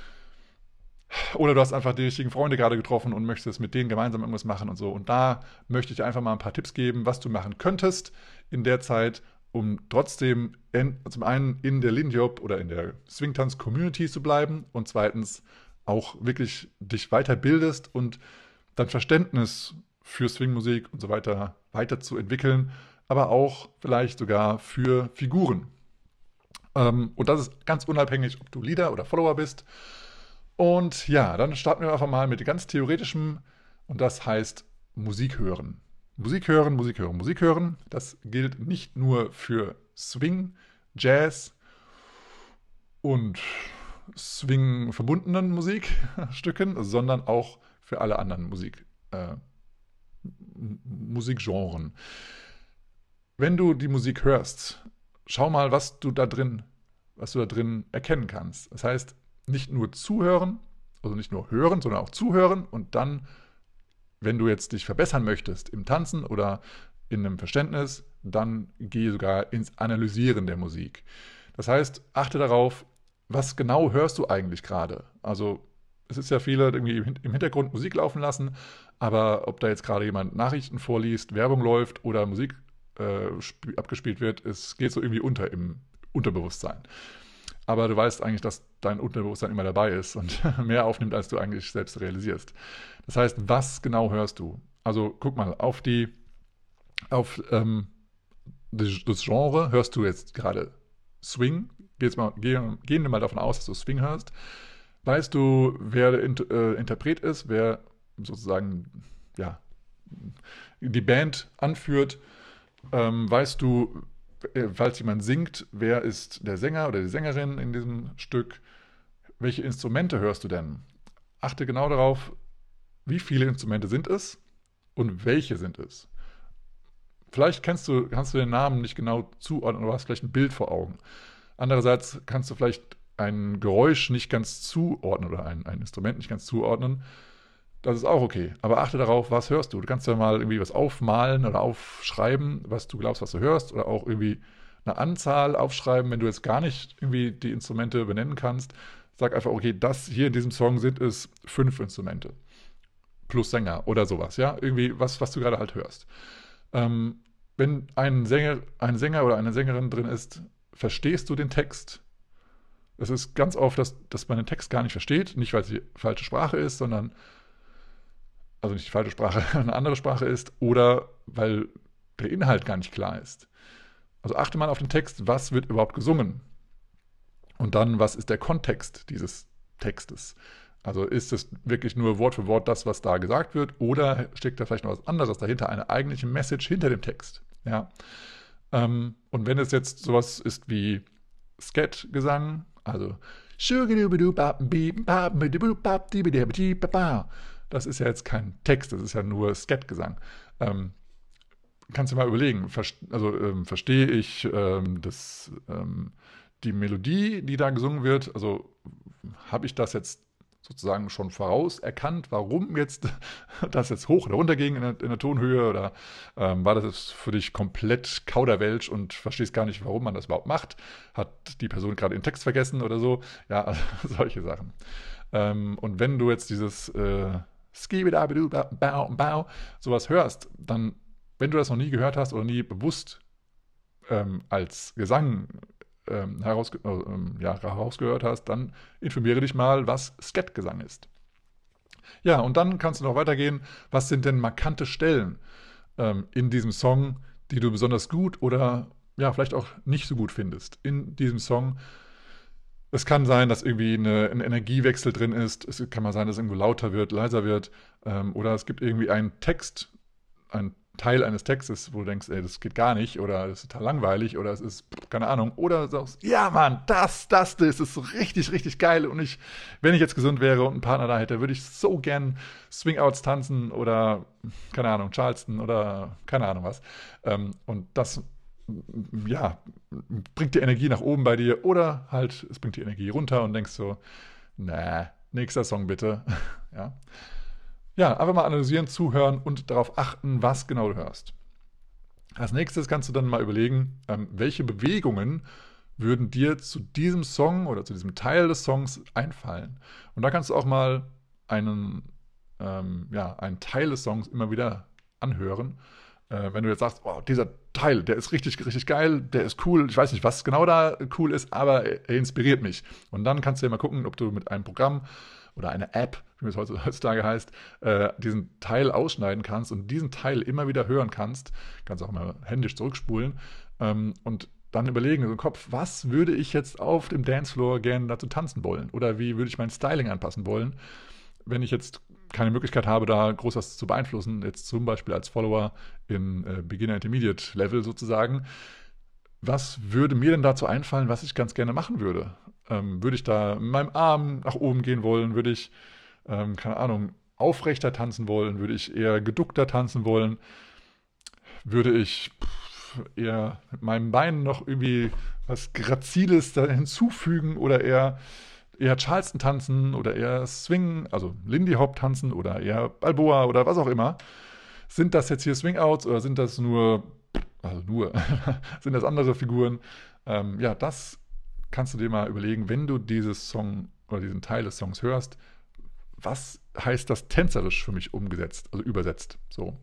Oder du hast einfach die richtigen Freunde gerade getroffen und möchtest mit denen gemeinsam irgendwas machen und so. Und da möchte ich dir einfach mal ein paar Tipps geben, was du machen könntest in der Zeit, um trotzdem in, zum einen in der Lindy Hop oder in der Swingtanz-Community zu bleiben und zweitens auch wirklich dich weiterbildest und dein Verständnis für Swingmusik und so weiter weiterzuentwickeln, aber auch vielleicht sogar für Figuren. Ähm, und das ist ganz unabhängig, ob du Leader oder Follower bist. Und ja, dann starten wir einfach mal mit ganz theoretischem und das heißt Musik hören. Musik hören, Musik hören, Musik hören. Das gilt nicht nur für Swing, Jazz und Swing verbundenen Musikstücken, sondern auch für alle anderen Musik, äh, Musikgenren. Wenn du die Musik hörst, schau mal, was du da drin, was du da drin erkennen kannst. Das heißt, nicht nur zuhören, also nicht nur hören, sondern auch zuhören und dann, wenn du jetzt dich verbessern möchtest im Tanzen oder in einem Verständnis, dann geh sogar ins Analysieren der Musik. Das heißt, achte darauf, was genau hörst du eigentlich gerade? Also es ist ja viele irgendwie im Hintergrund Musik laufen lassen, aber ob da jetzt gerade jemand Nachrichten vorliest, Werbung läuft oder Musik äh, abgespielt wird, es geht so irgendwie unter im Unterbewusstsein. Aber du weißt eigentlich, dass dein Unterbewusstsein immer dabei ist und mehr aufnimmt, als du eigentlich selbst realisierst. Das heißt, was genau hörst du? Also guck mal, auf die, auf ähm, das Genre hörst du jetzt gerade Swing. Geh jetzt mal, geh, gehen wir mal davon aus, dass du Swing hörst. Weißt du, wer der Inter, äh, Interpret ist, wer sozusagen ja, die Band anführt? Ähm, weißt du, falls jemand singt, wer ist der Sänger oder die Sängerin in diesem Stück? Welche Instrumente hörst du denn? Achte genau darauf, wie viele Instrumente sind es und welche sind es. Vielleicht kennst du, kannst du den Namen nicht genau zuordnen oder hast vielleicht ein Bild vor Augen. Andererseits kannst du vielleicht ein Geräusch nicht ganz zuordnen oder ein, ein Instrument nicht ganz zuordnen. Das ist auch okay. Aber achte darauf, was hörst du. Du kannst ja mal irgendwie was aufmalen oder aufschreiben, was du glaubst, was du hörst. Oder auch irgendwie eine Anzahl aufschreiben, wenn du jetzt gar nicht irgendwie die Instrumente benennen kannst. Sag einfach, okay, das hier in diesem Song sind es fünf Instrumente. Plus Sänger oder sowas, ja. Irgendwie was, was du gerade halt hörst. Ähm, wenn ein Sänger, ein Sänger oder eine Sängerin drin ist, verstehst du den Text? Es ist ganz oft, dass, dass man den Text gar nicht versteht. Nicht, weil es die falsche Sprache ist, sondern also nicht die falsche Sprache, eine andere Sprache ist, oder weil der Inhalt gar nicht klar ist. Also achte mal auf den Text, was wird überhaupt gesungen? Und dann, was ist der Kontext dieses Textes? Also ist es wirklich nur Wort für Wort das, was da gesagt wird, oder steckt da vielleicht noch was anderes dahinter, eine eigentliche Message hinter dem Text? Ja. Ähm, und wenn es jetzt sowas ist wie Skat-Gesang, also das ist ja jetzt kein Text, das ist ja nur Skat-Gesang. Ähm, kannst du mal überlegen, also ähm, verstehe ich ähm, das, ähm, die Melodie, die da gesungen wird, also habe ich das jetzt sozusagen schon voraus erkannt, warum jetzt das jetzt hoch oder runter ging in der, in der Tonhöhe, oder ähm, war das jetzt für dich komplett Kauderwelsch und verstehst gar nicht, warum man das überhaupt macht? Hat die Person gerade den Text vergessen oder so? Ja, also solche Sachen. Ähm, und wenn du jetzt dieses äh, sowas hörst, dann, wenn du das noch nie gehört hast oder nie bewusst ähm, als Gesang ähm, herausge äh, ja, herausgehört hast, dann informiere dich mal, was Skat-Gesang ist. Ja, und dann kannst du noch weitergehen, was sind denn markante Stellen ähm, in diesem Song, die du besonders gut oder ja, vielleicht auch nicht so gut findest in diesem Song. Es kann sein, dass irgendwie eine, ein Energiewechsel drin ist. Es kann mal sein, dass es irgendwo lauter wird, leiser wird. Ähm, oder es gibt irgendwie einen Text, ein, Teil eines Textes, wo du denkst, ey, das geht gar nicht oder das ist total langweilig oder es ist, keine Ahnung, oder du sagst, ja Mann, das, das, das ist so richtig, richtig geil und ich, wenn ich jetzt gesund wäre und einen Partner da hätte, würde ich so gern Swing-Outs tanzen oder, keine Ahnung, Charleston oder keine Ahnung was. Ähm, und das, ja, bringt die Energie nach oben bei dir oder halt, es bringt die Energie runter und denkst so, na, nächster Song bitte, ja. Ja, einfach mal analysieren, zuhören und darauf achten, was genau du hörst. Als nächstes kannst du dann mal überlegen, ähm, welche Bewegungen würden dir zu diesem Song oder zu diesem Teil des Songs einfallen. Und da kannst du auch mal einen, ähm, ja, einen Teil des Songs immer wieder anhören. Äh, wenn du jetzt sagst, oh, dieser Teil, der ist richtig, richtig geil, der ist cool, ich weiß nicht, was genau da cool ist, aber er, er inspiriert mich. Und dann kannst du ja mal gucken, ob du mit einem Programm oder einer App, wie es heutzutage heißt, äh, diesen Teil ausschneiden kannst und diesen Teil immer wieder hören kannst. Kannst auch mal händisch zurückspulen ähm, und dann überlegen im Kopf, was würde ich jetzt auf dem Dancefloor gerne dazu tanzen wollen? Oder wie würde ich mein Styling anpassen wollen, wenn ich jetzt keine Möglichkeit habe, da groß was zu beeinflussen, jetzt zum Beispiel als Follower in äh, Beginner-Intermediate-Level sozusagen. Was würde mir denn dazu einfallen, was ich ganz gerne machen würde? Ähm, würde ich da mit meinem Arm nach oben gehen wollen? Würde ich, ähm, keine Ahnung, aufrechter tanzen wollen? Würde ich eher geduckter tanzen wollen? Würde ich pff, eher mit meinen Beinen noch irgendwie was Graziles da hinzufügen oder eher, eher Charleston tanzen oder eher Swing, also Lindy Hop tanzen oder eher Balboa oder was auch immer? Sind das jetzt hier Swing-Outs oder sind das nur, also nur, sind das andere Figuren? Ähm, ja, das kannst du dir mal überlegen, wenn du dieses Song oder diesen Teil des Songs hörst, was heißt das tänzerisch für mich umgesetzt, also übersetzt, so.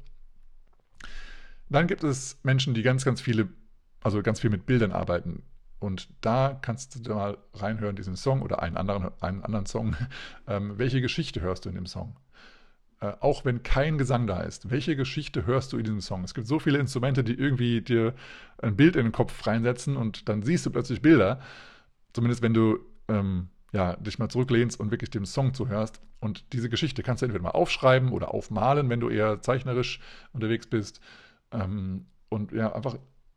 Dann gibt es Menschen, die ganz, ganz viele, also ganz viel mit Bildern arbeiten. Und da kannst du mal reinhören, diesen Song oder einen anderen, einen anderen Song. Ähm, welche Geschichte hörst du in dem Song? Äh, auch wenn kein Gesang da ist, welche Geschichte hörst du in diesem Song? Es gibt so viele Instrumente, die irgendwie dir ein Bild in den Kopf reinsetzen und dann siehst du plötzlich Bilder. Zumindest wenn du ähm, ja, dich mal zurücklehnst und wirklich dem Song zuhörst. Und diese Geschichte kannst du entweder mal aufschreiben oder aufmalen, wenn du eher zeichnerisch unterwegs bist. Ähm, und ja, einfach,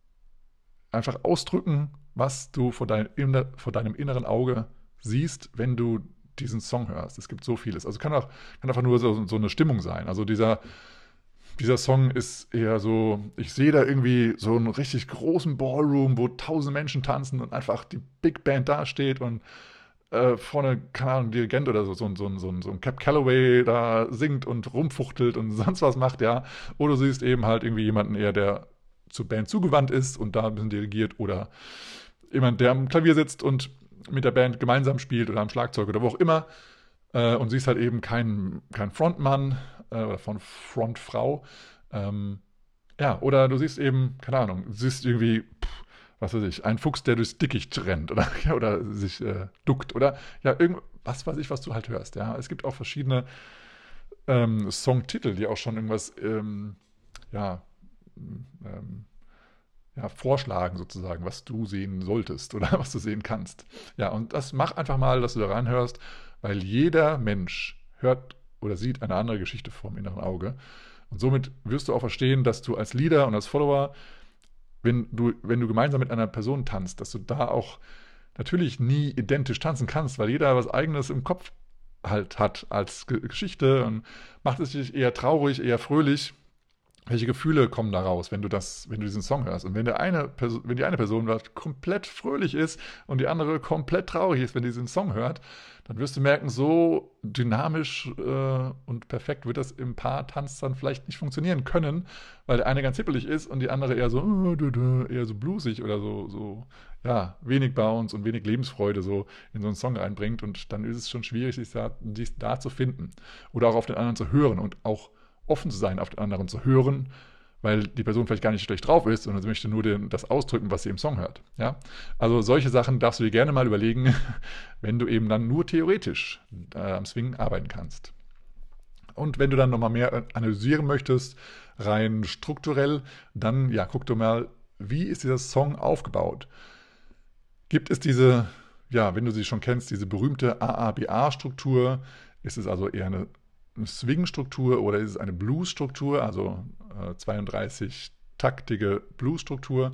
einfach ausdrücken, was du vor, dein, vor deinem inneren Auge siehst, wenn du diesen Song hörst. Es gibt so vieles. Also kann auch kann einfach nur so, so eine Stimmung sein. Also dieser, dieser Song ist eher so, ich sehe da irgendwie so einen richtig großen Ballroom, wo tausend Menschen tanzen und einfach die Big Band dasteht und äh, vorne, keine Ahnung, ein Dirigent oder so, so, so, so, so ein Cap Calloway da singt und rumfuchtelt und sonst was macht, ja. Oder du siehst eben halt irgendwie jemanden eher, der zur Band zugewandt ist und da ein bisschen dirigiert oder jemand, der am Klavier sitzt und mit der Band gemeinsam spielt oder am Schlagzeug oder wo auch immer äh, und siehst halt eben keinen kein Frontmann äh, oder von Frontfrau. Ähm, ja, oder du siehst eben, keine Ahnung, du siehst irgendwie, pff, was weiß ich, ein Fuchs, der durchs Dickicht rennt oder, oder sich äh, duckt oder ja, irgendwas weiß ich, was du halt hörst. Ja, es gibt auch verschiedene ähm, Songtitel, die auch schon irgendwas, ähm, ja, ähm, ja, vorschlagen sozusagen, was du sehen solltest oder was du sehen kannst. Ja, und das mach einfach mal, dass du da reinhörst, weil jeder Mensch hört oder sieht eine andere Geschichte vor dem inneren Auge. Und somit wirst du auch verstehen, dass du als Leader und als Follower, wenn du, wenn du gemeinsam mit einer Person tanzt, dass du da auch natürlich nie identisch tanzen kannst, weil jeder was Eigenes im Kopf halt hat als Geschichte und macht es dich eher traurig, eher fröhlich. Welche Gefühle kommen da raus, wenn du das, wenn du diesen Song hörst? Und wenn der eine Person, wenn die eine Person komplett fröhlich ist und die andere komplett traurig ist, wenn die diesen Song hört, dann wirst du merken, so dynamisch äh, und perfekt wird das im Paar-Tanz dann vielleicht nicht funktionieren können, weil der eine ganz hippelig ist und die andere eher so äh, eher so bluesig oder so, so ja, wenig Bounce und wenig Lebensfreude so in so einen Song reinbringt und dann ist es schon schwierig, sich da, sich da zu finden oder auch auf den anderen zu hören und auch offen zu sein, auf den anderen zu hören, weil die Person vielleicht gar nicht schlecht drauf ist, sondern sie möchte nur den, das ausdrücken, was sie im Song hört. Ja? Also solche Sachen darfst du dir gerne mal überlegen, wenn du eben dann nur theoretisch äh, am Swing arbeiten kannst. Und wenn du dann nochmal mehr analysieren möchtest, rein strukturell, dann ja, guck doch mal, wie ist dieser Song aufgebaut? Gibt es diese, ja, wenn du sie schon kennst, diese berühmte A A B A-Struktur? Ist es also eher eine eine Swing-Struktur oder ist es eine Blues-Struktur, also äh, zweiunddreißig-taktige Bluesstruktur?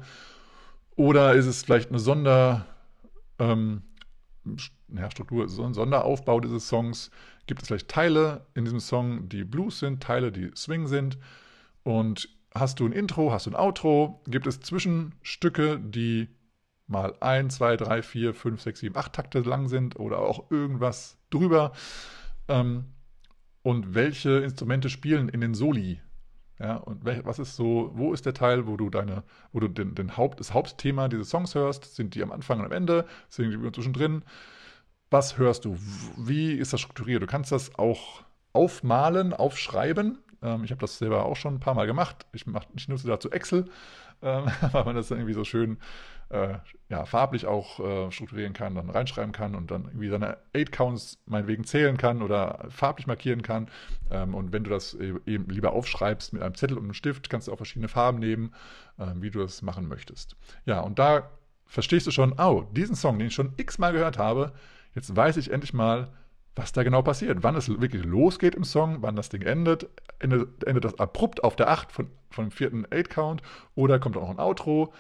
Oder ist es vielleicht eine Sonder, ähm, ja, Struktur, so ein Sonderaufbau dieses Songs? Gibt es vielleicht Teile in diesem Song, die Blues sind, Teile, die Swing sind? Und hast du ein Intro, hast du ein Outro? Gibt es Zwischenstücke, die mal ein, zwei, drei, vier, fünf, sechs, sieben, acht Takte lang sind oder auch irgendwas drüber? Ähm, und welche Instrumente spielen in den Soli? Ja, und was ist so, wo ist der Teil, wo du deine, wo du den, den Haupt, das Hauptthema dieses Songs hörst? Sind die am Anfang und am Ende? Sind die zwischendrin? Was hörst du? Wie ist das strukturiert? Du kannst das auch aufmalen, aufschreiben. Ähm, ich habe das selber auch schon ein paar Mal gemacht. Ich, mach, ich nutze dazu Excel, ähm, weil man das dann irgendwie so schön äh, ja, farblich auch äh, strukturieren kann, dann reinschreiben kann und dann irgendwie seine Eight Counts meinetwegen zählen kann oder farblich markieren kann. Ähm, und wenn du das eben lieber aufschreibst mit einem Zettel und einem Stift, kannst du auch verschiedene Farben nehmen, äh, wie du das machen möchtest. Ja, und da verstehst du schon, oh, diesen Song, den ich schon x-mal gehört habe, jetzt weiß ich endlich mal, was da genau passiert. Wann es wirklich losgeht im Song, wann das Ding endet. Endet, endet das abrupt auf der acht von, von dem vierten Eight Count oder kommt auch noch ein Outro?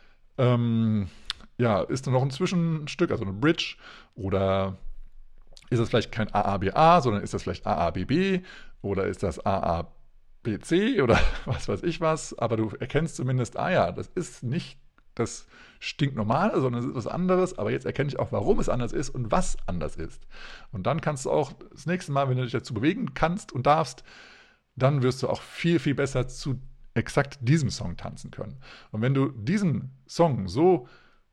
Ähm, ja, ist da noch ein Zwischenstück, also eine Bridge? Oder ist das vielleicht kein A A B A, sondern ist das vielleicht A A B B? Oder ist das A A B C oder was weiß ich was? Aber du erkennst zumindest, ah ja, das ist nicht das stinknormale, sondern es ist was anderes, aber jetzt erkenne ich auch, warum es anders ist und was anders ist. Und dann kannst du auch das nächste Mal, wenn du dich dazu bewegen kannst und darfst, dann wirst du auch viel, viel besser zu exakt diesem Song tanzen können. Und wenn du diesen Song so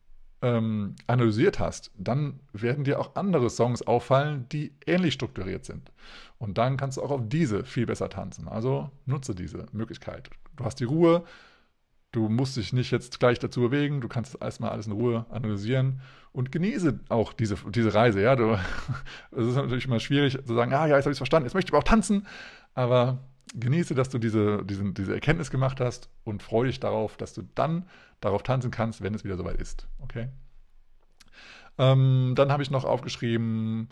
ähm, analysiert hast, dann werden dir auch andere Songs auffallen, die ähnlich strukturiert sind. Und dann kannst du auch auf diese viel besser tanzen. Also nutze diese Möglichkeit. Du hast die Ruhe, du musst dich nicht jetzt gleich dazu bewegen, du kannst erstmal alles in Ruhe analysieren und genieße auch diese, diese Reise. Ja, du, es ist natürlich immer schwierig zu sagen, ah ja, jetzt habe ich es verstanden, jetzt möchte ich aber auch tanzen, aber genieße, dass du diese, diesen, diese Erkenntnis gemacht hast und freue dich darauf, dass du dann darauf tanzen kannst, wenn es wieder soweit ist. Okay? Ähm, dann habe ich noch aufgeschrieben,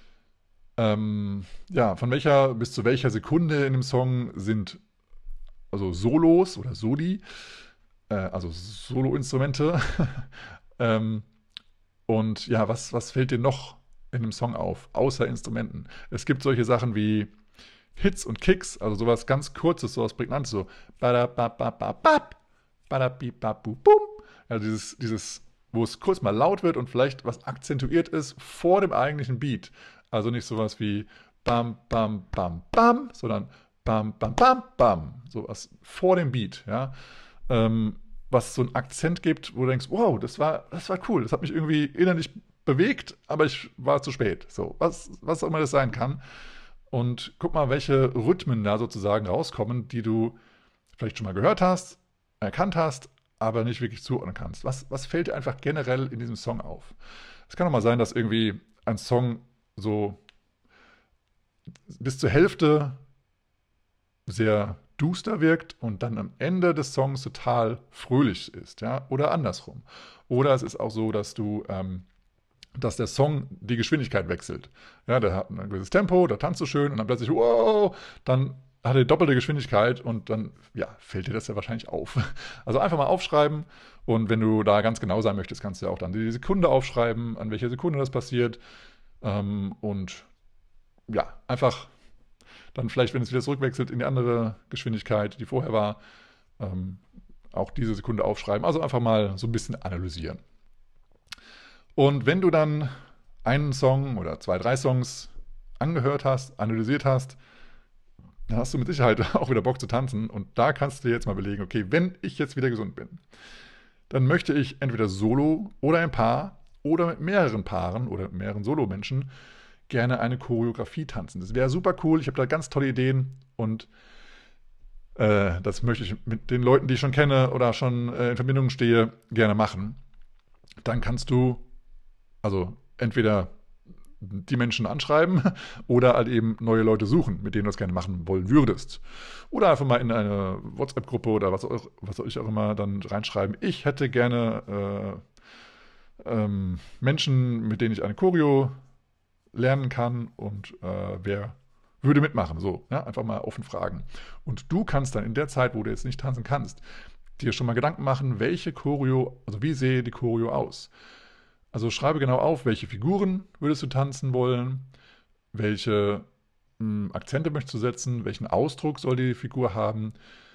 ähm, ja, von welcher bis zu welcher Sekunde in dem Song sind also Solos oder Soli, äh, also Solo-Instrumente. ähm, und ja, was, was fällt dir noch in dem Song auf, außer Instrumenten? Es gibt solche Sachen wie Hits und Kicks, also sowas ganz Kurzes, sowas Prägnantes, so badababababab, badabibabubum. Also dieses, dieses, wo es kurz mal laut wird und vielleicht was akzentuiert ist vor dem eigentlichen Beat. Also nicht sowas wie bam, bam, bam, bam, sondern bam, bam, bam, bam. Sowas vor dem Beat, ja. Ähm, was so einen Akzent gibt, wo du denkst, wow, das war, das war cool, das hat mich irgendwie innerlich bewegt, aber ich war zu spät. So, was, was auch immer das sein kann. Und guck mal, welche Rhythmen da sozusagen rauskommen, die du vielleicht schon mal gehört hast, erkannt hast, aber nicht wirklich zuordnen kannst. Was, was fällt dir einfach generell in diesem Song auf? Es kann auch mal sein, dass irgendwie ein Song so bis zur Hälfte sehr duster wirkt und dann am Ende des Songs total fröhlich ist, ja, oder andersrum. Oder es ist auch so, dass du ähm, dass der Song die Geschwindigkeit wechselt. Ja, der hat ein gewisses Tempo, da tanzt du schön und dann plötzlich, wow, dann hat er die doppelte Geschwindigkeit und dann, ja, fällt dir das ja wahrscheinlich auf. Also einfach mal aufschreiben und wenn du da ganz genau sein möchtest, kannst du ja auch dann die Sekunde aufschreiben, an welcher Sekunde das passiert ähm, und ja, einfach dann vielleicht, wenn es wieder zurückwechselt in die andere Geschwindigkeit, die vorher war, ähm, auch diese Sekunde aufschreiben. Also einfach mal so ein bisschen analysieren. Und wenn du dann einen Song oder zwei, drei Songs angehört hast, analysiert hast, dann hast du mit Sicherheit auch wieder Bock zu tanzen. Und da kannst du dir jetzt mal überlegen, okay, wenn ich jetzt wieder gesund bin, dann möchte ich entweder solo oder ein Paar oder mit mehreren Paaren oder mit mehreren Solo-Menschen gerne eine Choreografie tanzen. Das wäre super cool. Ich habe da ganz tolle Ideen und äh, das möchte ich mit den Leuten, die ich schon kenne oder schon äh, in Verbindung stehe, gerne machen. Dann kannst du also entweder die Menschen anschreiben oder halt eben neue Leute suchen, mit denen du das gerne machen wollen würdest. Oder einfach mal in eine WhatsApp-Gruppe oder was auch, was auch ich auch immer dann reinschreiben. Ich hätte gerne äh, ähm, Menschen, mit denen ich eine Choreo lernen kann und äh, wer würde mitmachen, so, ja, einfach mal offen fragen. Und du kannst dann in der Zeit, wo du jetzt nicht tanzen kannst, dir schon mal Gedanken machen, welche Choreo, also wie sehe die Choreo aus? Also schreibe genau auf, welche Figuren würdest du tanzen wollen, welche mh, Akzente möchtest du setzen, welchen Ausdruck soll die Figur haben,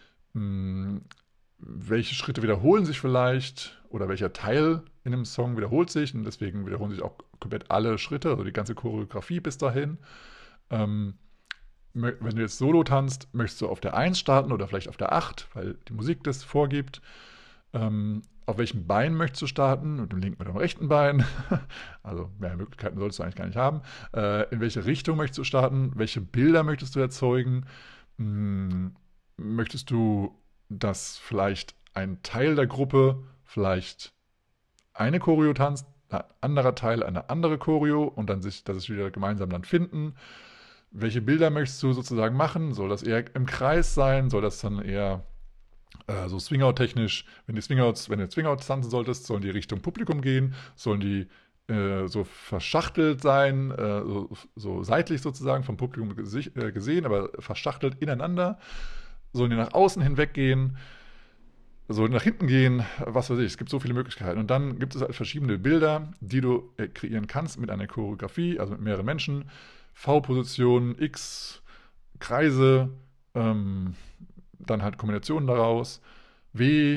mh, welche Schritte wiederholen sich vielleicht oder welcher Teil in einem Song wiederholt sich und deswegen wiederholen sich auch komplett alle Schritte, also die ganze Choreografie bis dahin. Ähm, wenn du jetzt Solo tanzt, möchtest du auf der eins starten oder vielleicht auf der acht, weil die Musik das vorgibt. Ähm, auf welchem Bein möchtest du starten? Mit dem linken oder dem rechten Bein? Also mehr Möglichkeiten solltest du eigentlich gar nicht haben. Äh, in welche Richtung möchtest du starten? Welche Bilder möchtest du erzeugen? Hm, möchtest du, dass vielleicht ein Teil der Gruppe vielleicht eine Choreo tanzt, ein anderer Teil eine andere Choreo und dann sich, dass es wieder gemeinsam dann finden? Welche Bilder möchtest du sozusagen machen? Soll das eher im Kreis sein? Soll das dann eher äh, so Swingout-technisch, wenn, die Swingouts, wenn du Swingouts tanzen solltest, sollen die Richtung Publikum gehen? Sollen die äh, so verschachtelt sein, äh, so, so seitlich sozusagen vom Publikum gesi- äh, gesehen, aber verschachtelt ineinander? Sollen die nach außen hinweg gehen? Sollen die nach hinten gehen? Was weiß ich. Es gibt so viele Möglichkeiten. Und dann gibt es halt verschiedene Bilder, die du äh, kreieren kannst mit einer Choreografie, also mit mehreren Menschen. V-Position, X, Kreise, ähm, dann halt Kombinationen daraus, W,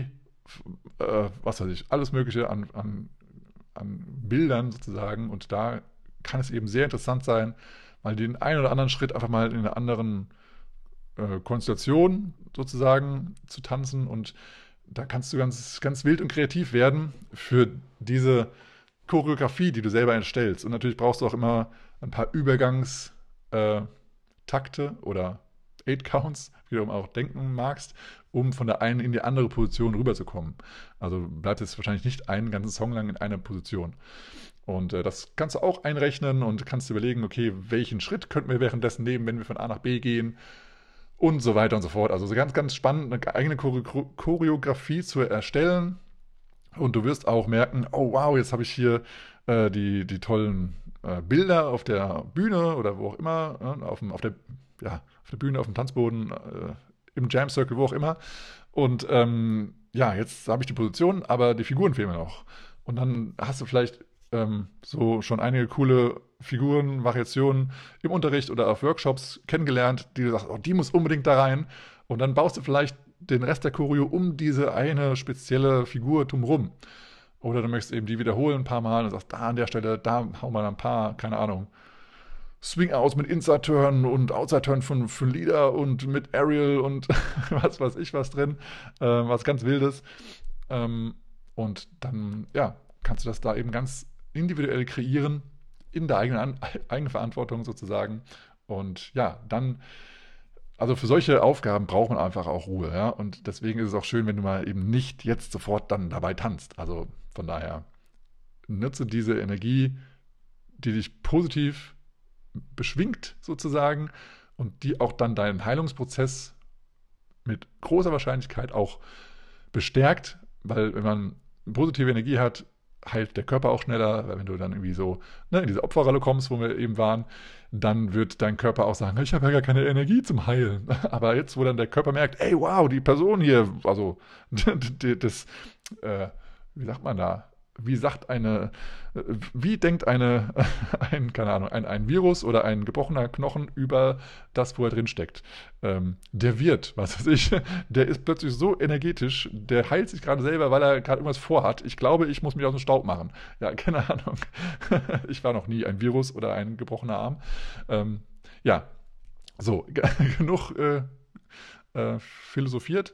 äh, was weiß ich, alles Mögliche an, an, an Bildern sozusagen. Und da kann es eben sehr interessant sein, mal den einen oder anderen Schritt einfach mal in einer anderen äh, Konstellation sozusagen zu tanzen. Und da kannst du ganz, ganz wild und kreativ werden für diese Choreografie, die du selber erstellst. Und natürlich brauchst du auch immer ein paar Übergangstakte äh, oder Eight Counts, wie du auch denken magst, um von der einen in die andere Position rüberzukommen. Also bleibt jetzt wahrscheinlich nicht einen ganzen Song lang in einer Position. Und äh, das kannst du auch einrechnen und kannst überlegen, okay, welchen Schritt könnten wir währenddessen nehmen, wenn wir von A nach B gehen und so weiter und so fort. Also so ganz, ganz spannend, eine eigene Chore- Choreografie zu erstellen. Und du wirst auch merken, oh wow, jetzt habe ich hier äh, die, die tollen äh, Bilder auf der Bühne oder wo auch immer, äh, auf, dem, auf, der, ja, auf der Bühne, auf dem Tanzboden, äh, im Jam Circle, wo auch immer. Und ähm, ja, jetzt habe ich die Position, aber die Figuren fehlen mir noch. Und dann hast du vielleicht ähm, so schon einige coole Figuren, Variationen im Unterricht oder auf Workshops kennengelernt, die du sagst, oh, die muss unbedingt da rein. Und dann baust du vielleicht den Rest der Choreo um diese eine spezielle Figur drumherum. Oder du möchtest eben die wiederholen ein paar Mal und sagst, da an der Stelle, da hauen wir ein paar, keine Ahnung, Swing-Outs mit Inside-Turn und Outside-Turn von, von Leader und mit Aerial und was weiß ich was drin, äh, was ganz Wildes. Ähm, und dann, ja, kannst du das da eben ganz individuell kreieren, in der eigenen, An- eigenen Verantwortung sozusagen. Und ja, dann also für solche Aufgaben braucht man einfach auch Ruhe, ja. Und deswegen ist es auch schön, wenn du mal eben nicht jetzt sofort dann dabei tanzt. Also von daher nutze diese Energie, die dich positiv beschwingt sozusagen und die auch dann deinen Heilungsprozess mit großer Wahrscheinlichkeit auch bestärkt, weil wenn man positive Energie hat, heilt der Körper auch schneller, weil wenn du dann irgendwie so ne, in diese Opferrolle kommst, wo wir eben waren, dann wird dein Körper auch sagen, ich habe ja gar keine Energie zum Heilen. Aber jetzt, wo dann der Körper merkt, ey, wow, die Person hier, also das, äh, wie sagt man da, wie sagt eine, wie denkt eine, ein, keine Ahnung, ein, ein Virus oder ein gebrochener Knochen über das, wo er drin steckt? Ähm, der wird, was weiß ich, der ist plötzlich so energetisch, der heilt sich gerade selber, weil er gerade irgendwas vorhat. Ich glaube, ich muss mich aus dem Staub machen. Ja, keine Ahnung. Ich war noch nie ein Virus oder ein gebrochener Arm. Ähm, ja, so, genug äh, äh, philosophiert.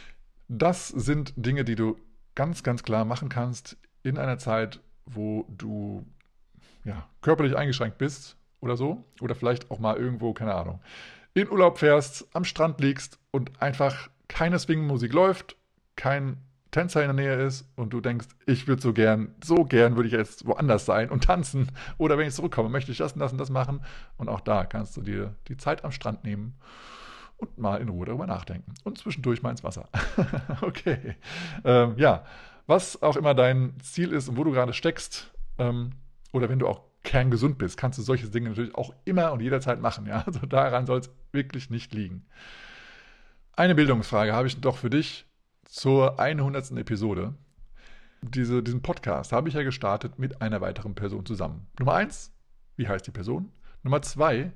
Das sind Dinge, die du ganz, ganz klar machen kannst in einer Zeit, wo du ja, körperlich eingeschränkt bist oder so. Oder vielleicht auch mal irgendwo, keine Ahnung, in Urlaub fährst, am Strand liegst und einfach keine Swing-Musik läuft, kein Tänzer in der Nähe ist und du denkst, ich würde so gern, so gern würde ich jetzt woanders sein und tanzen. Oder wenn ich zurückkomme, möchte ich das und das und das machen. Und auch da kannst du dir die Zeit am Strand nehmen und mal in Ruhe darüber nachdenken. Und zwischendurch mal ins Wasser. Okay. Ähm, ja, was auch immer dein Ziel ist und wo du gerade steckst, ähm, oder wenn du auch kerngesund bist, kannst du solche Dinge natürlich auch immer und jederzeit machen. Ja? Also daran soll es wirklich nicht liegen. Eine Bildungsfrage habe ich doch für dich zur hundertsten Episode. Diese, diesen Podcast habe ich ja gestartet mit einer weiteren Person zusammen. Nummer eins, wie heißt die Person? Nummer zwei,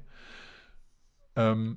ähm,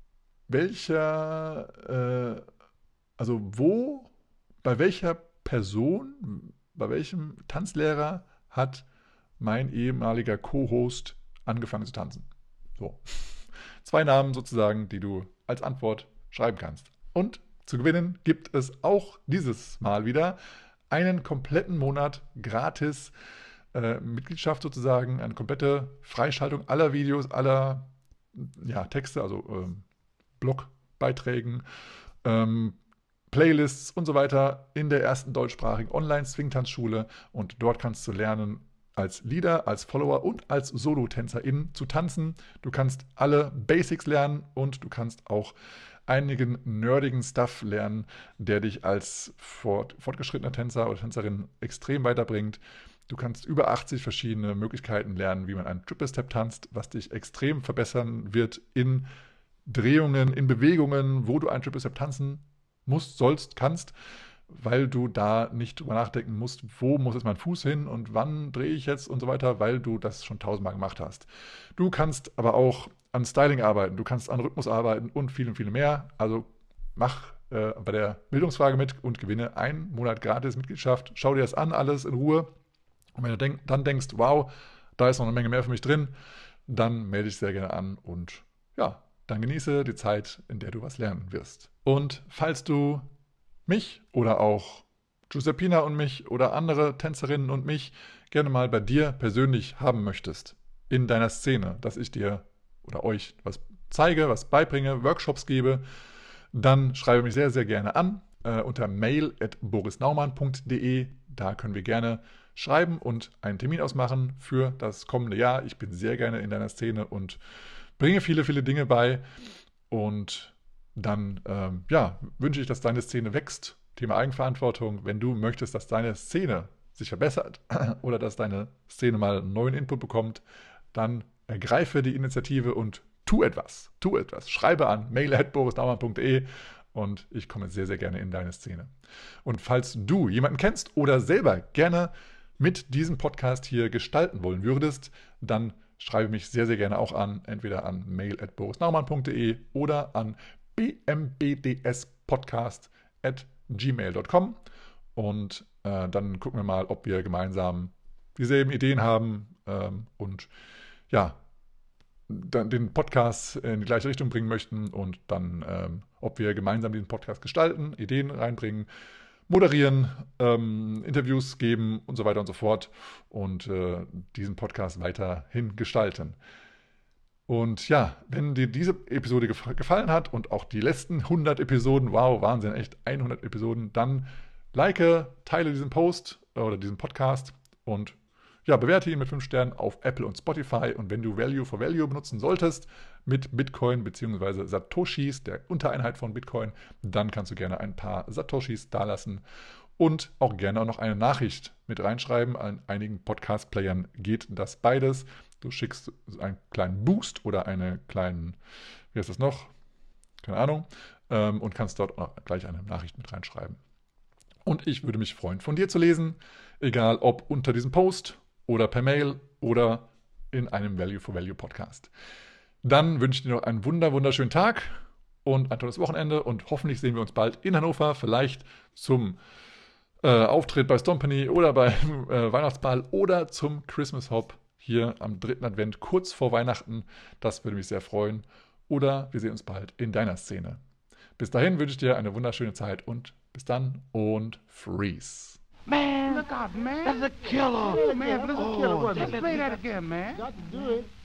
welcher, äh, also wo, bei welcher Person, bei welchem Tanzlehrer hat mein ehemaliger Co-Host angefangen zu tanzen? So. Zwei Namen sozusagen, die du als Antwort schreiben kannst. Und zu gewinnen gibt es auch dieses Mal wieder einen kompletten Monat gratis äh, Mitgliedschaft sozusagen, eine komplette Freischaltung aller Videos, aller ja, Texte, also ähm, Blogbeiträgen, ähm, Playlists und so weiter in der ersten deutschsprachigen Online-Swing-Tanzschule. Und dort kannst du lernen, als Leader, als Follower und als Solo-Tänzerin zu tanzen. Du kannst alle Basics lernen und du kannst auch einigen nerdigen Stuff lernen, der dich als fort, fortgeschrittener Tänzer oder Tänzerin extrem weiterbringt. Du kannst über achtzig verschiedene Möglichkeiten lernen, wie man einen Triple Step tanzt, was dich extrem verbessern wird in Drehungen, in Bewegungen, wo du einen Triple Step tanzen musst, sollst, kannst, weil du da nicht drüber nachdenken musst, wo muss jetzt mein Fuß hin und wann drehe ich jetzt und so weiter, weil du das schon tausendmal gemacht hast. Du kannst aber auch an Styling arbeiten, du kannst an Rhythmus arbeiten und viel, viel mehr. Also mach äh, bei der Bildungsfrage mit und gewinne einen Monat gratis Mitgliedschaft. Schau dir das an, alles in Ruhe. Und wenn du denk, dann denkst, wow, da ist noch eine Menge mehr für mich drin, dann melde dich sehr gerne an und ja, dann genieße die Zeit, in der du was lernen wirst. Und falls du mich oder auch Giuseppina und mich oder andere Tänzerinnen und mich gerne mal bei dir persönlich haben möchtest, in deiner Szene, dass ich dir oder euch was zeige, was beibringe, Workshops gebe, dann schreibe mich sehr, sehr gerne an äh, unter mail at borisnaumann punkt de. Da können wir gerne schreiben und einen Termin ausmachen für das kommende Jahr. Ich bin sehr gerne in deiner Szene und bringe viele, viele Dinge bei. Und dann ähm, ja, wünsche ich, dass deine Szene wächst. Thema Eigenverantwortung. Wenn du möchtest, dass deine Szene sich verbessert oder dass deine Szene mal einen neuen Input bekommt, dann ergreife die Initiative und tu etwas. Tu etwas. Schreibe an mail at borisnaumann punkt de und ich komme sehr, sehr gerne in deine Szene. Und falls du jemanden kennst oder selber gerne mit diesem Podcast hier gestalten wollen würdest, dann schreibe mich sehr, sehr gerne auch an, entweder an mail at borisnaumann punkt de oder an b m b d s podcast at gmail punkt com und äh, dann gucken wir mal, ob wir gemeinsam dieselben Ideen haben ähm, und ja, dann den Podcast in die gleiche Richtung bringen möchten und dann, ähm, ob wir gemeinsam diesen Podcast gestalten, Ideen reinbringen, moderieren, ähm, Interviews geben und so weiter und so fort und äh, diesen Podcast weiterhin gestalten. Und ja, wenn dir diese Episode gef- gefallen hat und auch die letzten hundert Episoden, wow, Wahnsinn, echt hundert Episoden, dann like, teile diesen Post oder diesen Podcast und ja, bewerte ihn mit fünf Sternen auf Apple und Spotify. Und wenn du Value for Value benutzen solltest mit Bitcoin bzw. Satoshis, der Untereinheit von Bitcoin, dann kannst du gerne ein paar Satoshis dalassen und auch gerne auch noch eine Nachricht mit reinschreiben. An einigen Podcast-Playern geht das beides. Du schickst einen kleinen Boost oder einen kleinen, wie heißt das noch? Keine Ahnung. Und kannst dort auch gleich eine Nachricht mit reinschreiben. Und ich würde mich freuen, von dir zu lesen, egal ob unter diesem Post oder per Mail oder in einem Value for Value Podcast. Dann wünsche ich dir noch einen wunder, wunderschönen Tag und ein tolles Wochenende und hoffentlich sehen wir uns bald in Hannover, vielleicht zum äh, Auftritt bei Stompany oder beim äh, Weihnachtsball oder zum Christmas Hop hier am dritten Advent, kurz vor Weihnachten. Das würde mich sehr freuen. Oder wir sehen uns bald in deiner Szene. Bis dahin wünsche ich dir eine wunderschöne Zeit und bis dann und freeze. Man, look out, man. That's a killer. Oh, man, that's a killer. Oh, let's play that again, man. Got to do it.